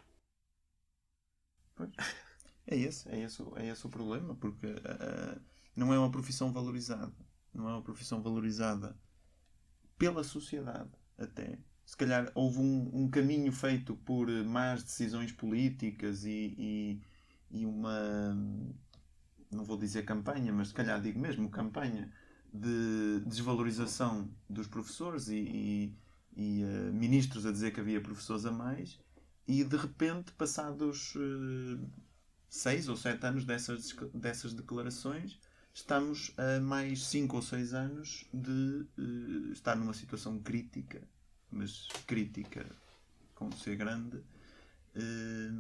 Pois. É esse, é esse, o- é esse o problema, porque ah, ah, não é uma profissão valorizada. Não é uma profissão valorizada pela sociedade, até. Se calhar houve um, um caminho feito por eh, más decisões políticas e, e, e uma, não vou dizer campanha, mas se calhar digo mesmo campanha de desvalorização dos professores e, e, e, eh, ministros a dizer que havia professores a mais, e de repente, passados eh, seis ou sete anos dessas, dessas declarações, estamos a mais cinco ou seis anos de eh, estar numa situação crítica, mas crítica com C grande, eh,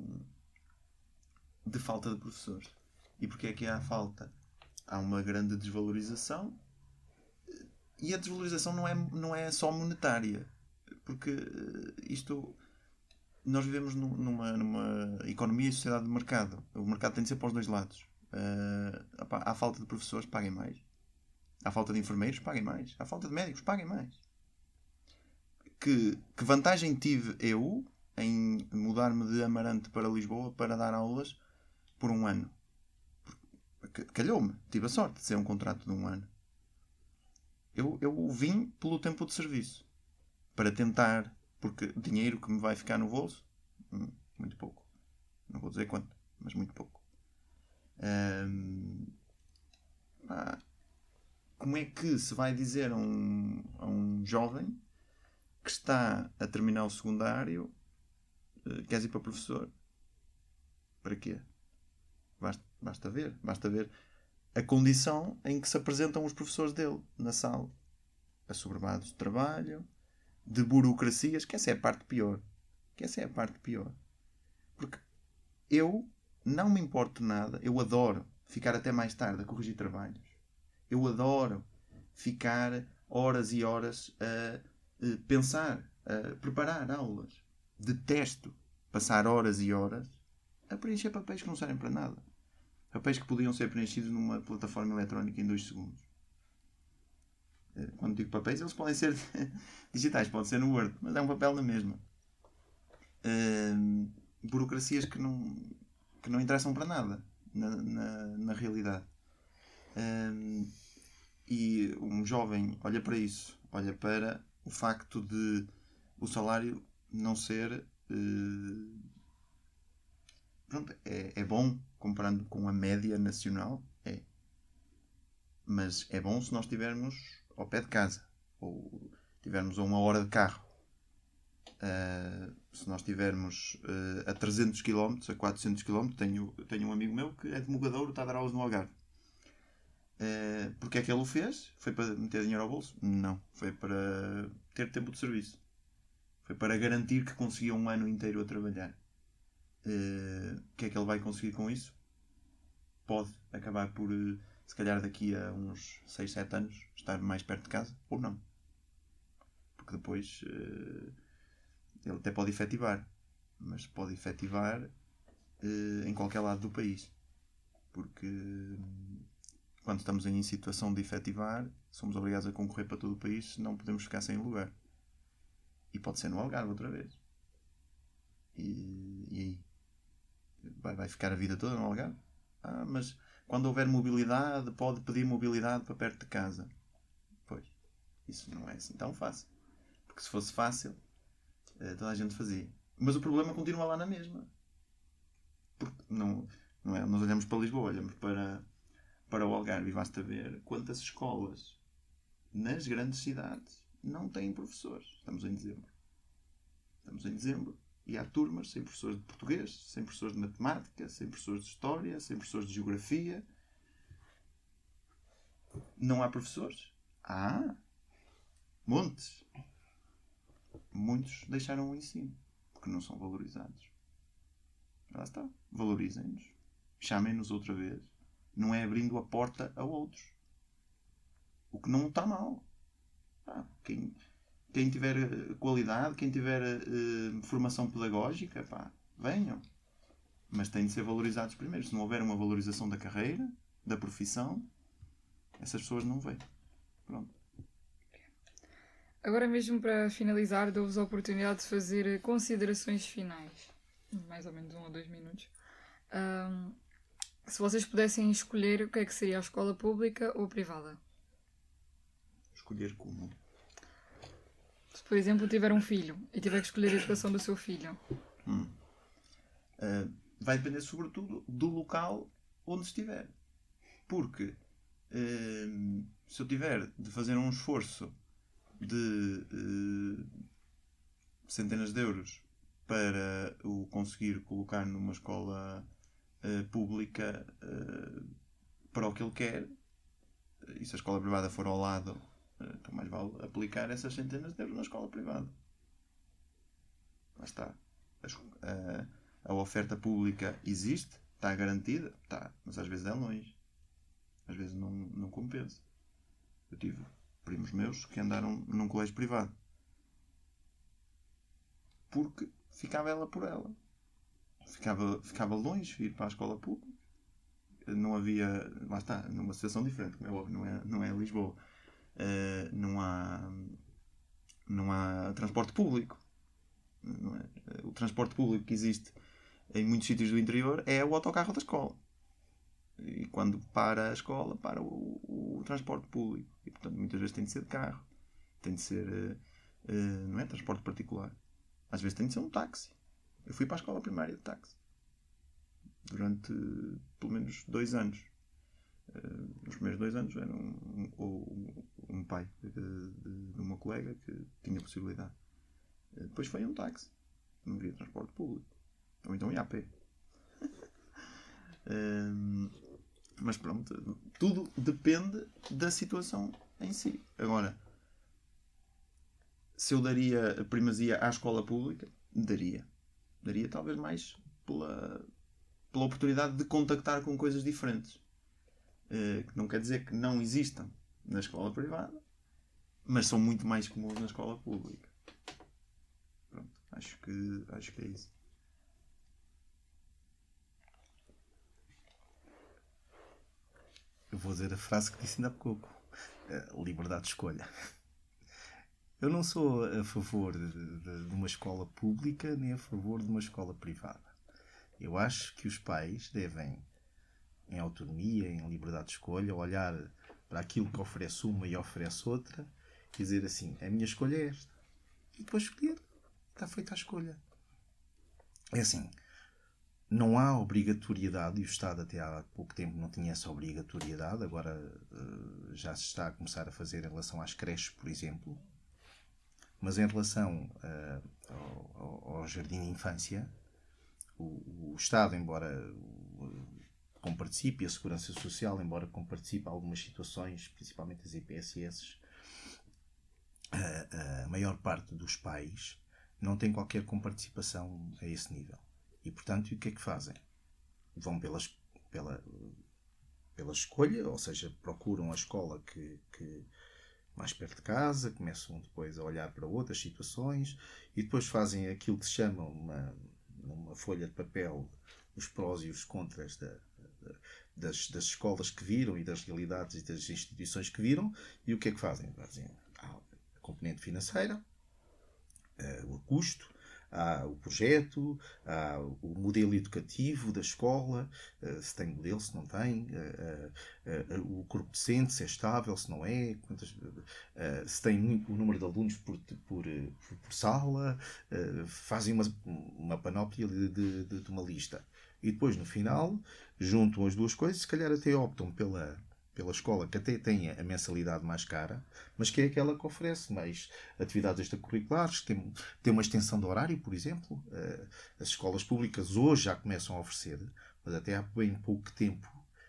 de falta de professores. E porquê é que há falta? Há uma grande desvalorização, e a desvalorização não é, não é só monetária, porque eh, isto... Nós vivemos nu- numa, numa economia e sociedade de mercado. O mercado tem de ser para os dois lados. Uh, opá, há falta de professores, paguem mais. Há falta de enfermeiros, paguem mais. Há falta de médicos, paguem mais. Que, que vantagem tive eu em mudar-me de Amarante para Lisboa para dar aulas por um ano? Porque calhou-me. Tive a sorte de ser um contrato de um ano. Eu, eu vim pelo tempo de serviço. Para tentar... Porque dinheiro que me vai ficar no bolso, hum, muito pouco. Não vou dizer quanto, mas muito pouco. Hum, pá, como é que se vai dizer a um, a um jovem que está a terminar o secundário, uh, queres ir para professor? Para quê? Basta, basta ver. Basta ver a condição em que se apresentam os professores dele na sala. Assoberbados de trabalho, de burocracias, que essa é a parte pior. Que essa é a parte pior. Porque eu não me importo nada, eu adoro ficar até mais tarde a corrigir trabalhos. Eu adoro ficar horas e horas a, a pensar, a preparar aulas. Detesto passar horas e horas a preencher papéis que não servem para nada. Papéis que podiam ser preenchidos numa plataforma eletrónica em dois segundos. Quando digo papéis, eles podem ser digitais, pode ser no Word, mas é um papel na mesma. Uh, burocracias que não, que não interessam para nada na, na, na realidade. Uh, e um jovem olha para isso, olha para o facto de o salário não ser... Uh, pronto, é, é bom comparando com a média nacional, é. Mas é bom se nós estivermos ao pé de casa, ou estivermos a uma hora de carro. Uh, se nós estivermos uh, a trezentos quilómetros, a quatrocentos quilómetros, tenho, tenho um amigo meu que é de Mogadouro, está a dar aulas no Algarve. Uh, porque é que ele o fez? Foi para meter dinheiro ao bolso? Não. Foi para ter tempo de serviço. Foi para garantir que conseguia um ano inteiro a trabalhar. Uh, o que é que ele vai conseguir com isso? Pode acabar por... Uh, se calhar daqui a uns seis, sete anos estar mais perto de casa, ou não. Porque depois uh, ele até pode efetivar, mas pode efetivar uh, em qualquer lado do país. Porque uh, quando estamos em situação de efetivar, somos obrigados a concorrer para todo o país, senão podemos ficar sem lugar. E pode ser no Algarve outra vez. E, e aí? Vai, vai ficar a vida toda no Algarve? Ah, mas... Quando houver mobilidade, pode pedir mobilidade para perto de casa. Pois, isso não é assim tão fácil. Porque se fosse fácil, toda a gente fazia. Mas o problema continua lá na mesma. Porque não, não é? Nós olhamos para Lisboa, olhamos para, para o Algarve e basta ver quantas escolas nas grandes cidades não têm professores. Estamos em dezembro. Estamos em dezembro. E há turmas sem professores de português, sem professores de matemática, sem professores de história, sem professores de geografia. Não há professores? Há. Montes. Muitos deixaram o ensino, porque não são valorizados. Lá está. Valorizem-nos. Chamem-nos outra vez. Não é abrindo a porta a outros. O que não está mal. Ah, quem... Quem tiver qualidade, quem tiver uh, formação pedagógica, pá, venham. Mas têm de ser valorizados primeiro. Se não houver uma valorização da carreira, da profissão, essas pessoas não vêm. Pronto. Agora mesmo para finalizar, dou-vos a oportunidade de fazer considerações finais. Mais ou menos um ou dois minutos. Um, se vocês pudessem escolher, o que é que seria a escola pública ou privada? Escolher como? Se, por exemplo, tiver um filho e tiver que escolher a educação do seu filho. Hum. Uh, vai depender, sobretudo, do local onde estiver. Porque uh, se eu tiver de fazer um esforço de uh, centenas de euros para o conseguir colocar numa escola uh, pública uh, para o que ele quer, e se a escola privada for ao lado, então mais vale aplicar essas centenas de euros na escola privada. Lá está. A, a oferta pública existe, está garantida, está, mas às vezes é longe. Às vezes não, não compensa. Eu tive primos meus que andaram num colégio privado. Porque ficava ela por ela. Ficava, ficava longe de ir para a escola pública. Não havia... Lá está, numa situação diferente, como é óbvio, não é, não é Lisboa. Uh, não há não há transporte público. Não é? O transporte público que existe em muitos sítios do interior é o autocarro da escola, e quando para a escola para o, o, o transporte público, e portanto muitas vezes tem de ser de carro, tem de ser uh, uh, não é transporte particular, às vezes tem de ser um táxi. Eu fui para a escola primária de táxi durante uh, pelo menos dois anos. Uh, nos primeiros dois anos era um, um, um pai de, de, de uma colega que tinha possibilidade. Uh, depois foi um táxi, não havia transporte público, ou então ia a pé. uh, mas pronto, tudo depende da situação em si. Agora, se eu daria a primazia à escola pública, daria, daria talvez mais pela, pela oportunidade de contactar com coisas diferentes. Uh, que não quer dizer que não existam na escola privada, mas são muito mais comuns na escola pública. Pronto, acho que, acho que é isso. Eu vou dizer a frase que disse ainda há pouco. uh, liberdade de escolha. Eu não sou a favor de, de, de uma escola pública nem a favor de uma escola privada. Eu acho que os pais devem, em autonomia, em liberdade de escolha, olhar para aquilo que oferece uma e oferece outra e dizer assim, a minha escolha é esta. E depois escolher. Está feita a escolha. É assim, não há obrigatoriedade, e o Estado até há pouco tempo não tinha essa obrigatoriedade, agora uh, já se está a começar a fazer em relação às creches, por exemplo. Mas em relação uh, ao, ao jardim de infância, o, o Estado, embora uh, comparticipe, e a Segurança Social, embora comparticipe em algumas situações, principalmente as I P S S, uh, a maior parte dos pais não tem qualquer comparticipação a esse nível. E, portanto, o que é que fazem? Vão pelas, pela, pela escolha, ou seja, procuram a escola que... que mais perto de casa, começam depois a olhar para outras situações e depois fazem aquilo que se chama uma, uma folha de papel, os prós e os contras da, da, das, das escolas que viram e das realidades e das instituições que viram. E o que é que fazem? Fazem a componente financeira, o custo, há o projeto, há o modelo educativo da escola, se tem modelo, se não tem, o corpo docente, se é estável, se não é, se tem o número de alunos por, por, por sala, fazem uma, uma panóplia de, de, de uma lista. E depois, no final, juntam as duas coisas, se calhar até optam pela... pela escola, que até tem a mensalidade mais cara, mas que é aquela que oferece mais atividades extracurriculares, tem, tem uma extensão de horário, por exemplo. As escolas públicas hoje já começam a oferecer, mas até há bem pouco tempo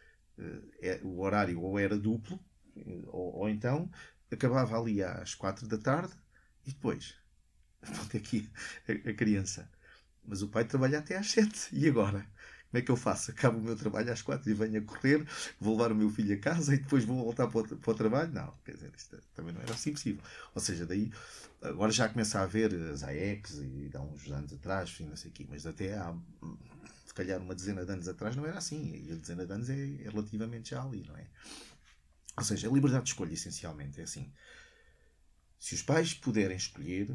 o horário ou era duplo, ou, ou então acabava ali às quatro da tarde e depois, até aqui a, a criança. Mas o pai trabalha até às sete. E agora? Como é que eu faço? Acabo o meu trabalho às quatro e venho a correr, vou levar o meu filho a casa e depois vou voltar para o, para o trabalho? Não, quer dizer, isto também não era assim possível. Ou seja, daí, agora já começa a haver as A E Cs e há uns anos atrás, não sei o quê, mas até há, se calhar, uma dezena de anos atrás não era assim. E a dezena de anos é, é relativamente já ali, não é? Ou seja, a liberdade de escolha, essencialmente, é assim. Se os pais puderem escolher...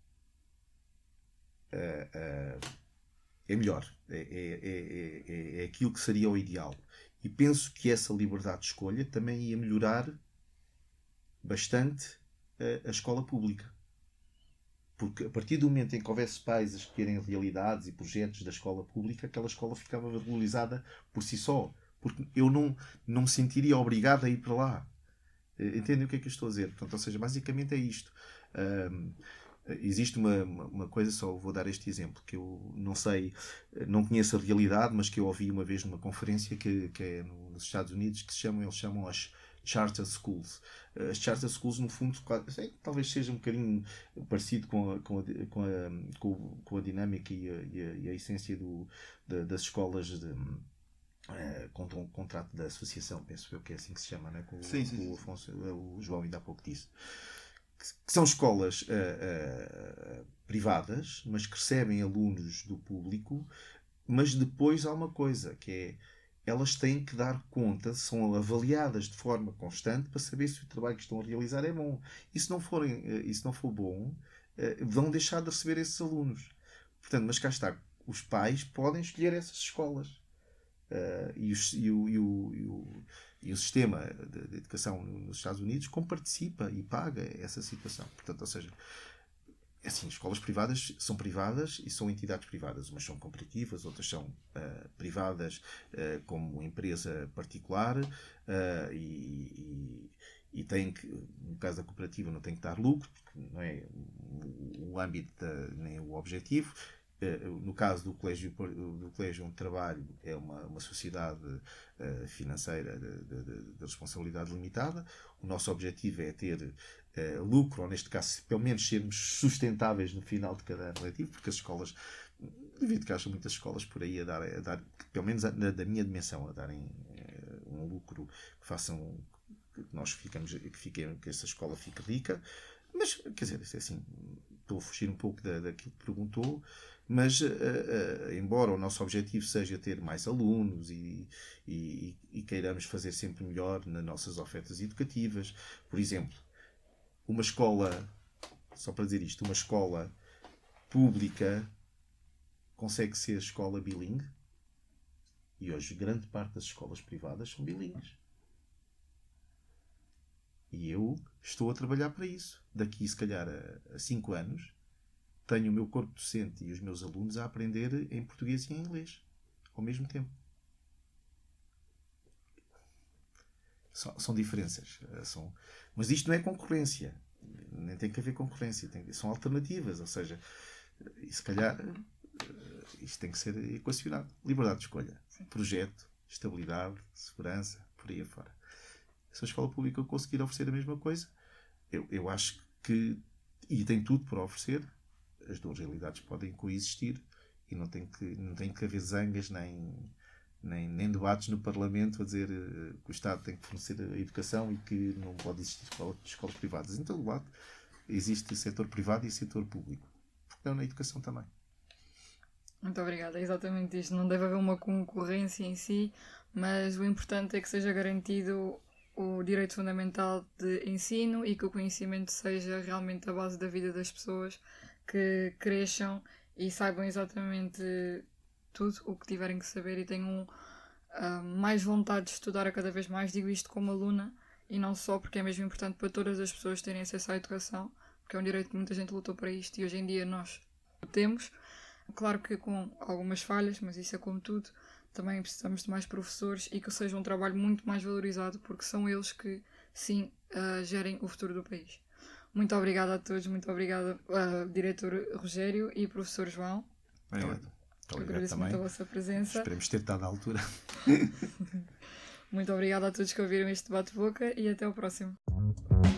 Uh, uh, é melhor, é, é, é, é aquilo que seria o ideal. E penso que essa liberdade de escolha também ia melhorar bastante a, a escola pública. Porque a partir do momento em que houvesse pais a escolherem realidades e projetos da escola pública, aquela escola ficava valorizada por si só. Porque eu não, não me sentiria obrigado a ir para lá. Entendem o que é que eu estou a dizer? Portanto, ou seja, basicamente é isto. Um, Existe uma, uma coisa, só vou dar este exemplo, que eu não sei, não conheço a realidade, mas que eu ouvi uma vez numa conferência que, que é no, nos Estados Unidos, que se chamam, eles chamam as Charter Schools. As Charter Schools, no fundo, sei, talvez seja um bocadinho parecido com a, com a, com a, com a, com a dinâmica e a, e a, e a essência do, da, das escolas de... Uh, contra um contrato da associação, penso eu que é assim que se chama, né? Com, sim, sim, com sim. o Afonso, o João ainda há pouco disse. Que são escolas uh, uh, privadas, mas que recebem alunos do público, mas depois há uma coisa, que é, elas têm que dar conta, são avaliadas de forma constante para saber se o trabalho que estão a realizar é bom. E se não, forem, uh, e se não for bom, uh, vão deixar de receber esses alunos. Portanto, mas cá está, os pais podem escolher essas escolas. Uh, e, os, e, o, e, o, e, o, e o sistema de, de educação nos Estados Unidos comparticipa e paga essa situação. Portanto, ou seja, assim, escolas privadas são privadas e são entidades privadas. Umas são competitivas, outras são uh, privadas uh, como empresa particular uh, e, e, e tem que, no caso da cooperativa, não tem que dar lucro, porque não é o, o âmbito da, nem o objetivo. No caso do colégio, do colégio onde trabalho, é uma, uma sociedade uh, financeira de, de, de responsabilidade limitada. O nosso objetivo é ter uh, lucro, ou neste caso, pelo menos sermos sustentáveis no final de cada ano letivo, porque as escolas, devido que haja muitas escolas por aí a dar, a dar pelo menos na, da minha dimensão, a darem uh, um lucro que façam que nós ficamos, que, fiquem, que essa escola fique rica. Mas, quer dizer, é assim, estou a fugir um pouco da, daquilo que perguntou. Mas, uh, uh, embora o nosso objetivo seja ter mais alunos e, e, e queiramos fazer sempre melhor nas nossas ofertas educativas, por exemplo, uma escola, só para dizer isto, uma escola pública consegue ser escola bilingue, e hoje grande parte das escolas privadas são bilingues. E eu estou a trabalhar para isso. Daqui, se calhar, a cinco anos, tenho o meu corpo docente e os meus alunos a aprender em português e em inglês, ao mesmo tempo. São, são diferenças. São... Mas isto não é concorrência. Nem tem que haver concorrência. Tem... São alternativas. Ou seja, e se calhar, isto tem que ser equacionado. Liberdade de escolha. Sim. Projeto, estabilidade, segurança, por aí afora. Se a escola pública conseguir oferecer a mesma coisa, eu, eu acho que, e tem tudo para oferecer, as duas realidades podem coexistir e não tem que, não tem que haver zangas nem, nem, nem debates no Parlamento a dizer uh, que o Estado tem que fornecer a educação e que não pode existir escola, escolas privadas. Em todo lado existe setor privado e setor público. Porque não na educação também. Muito obrigada. É exatamente isto. Não deve haver uma concorrência em si, mas o importante é que seja garantido o direito fundamental de ensino e que o conhecimento seja realmente a base da vida das pessoas, que cresçam e saibam exatamente tudo o que tiverem que saber e tenham uh, mais vontade de estudar a cada vez mais. Digo isto como aluna e não só porque é mesmo importante para todas as pessoas terem acesso à educação, porque é um direito que muita gente lutou para isto e hoje em dia nós o temos. Claro que com algumas falhas, mas isso é como tudo. Também precisamos de mais professores e que seja um trabalho muito mais valorizado, porque são eles que, sim, uh, gerem o futuro do país. Muito obrigada a todos, muito obrigada, uh, diretor Rogério e professor João. Obrigado. Eu agradeço muito a vossa presença. Esperemos ter estado à altura. Muito obrigada a todos que ouviram este bate-boca e até ao próximo.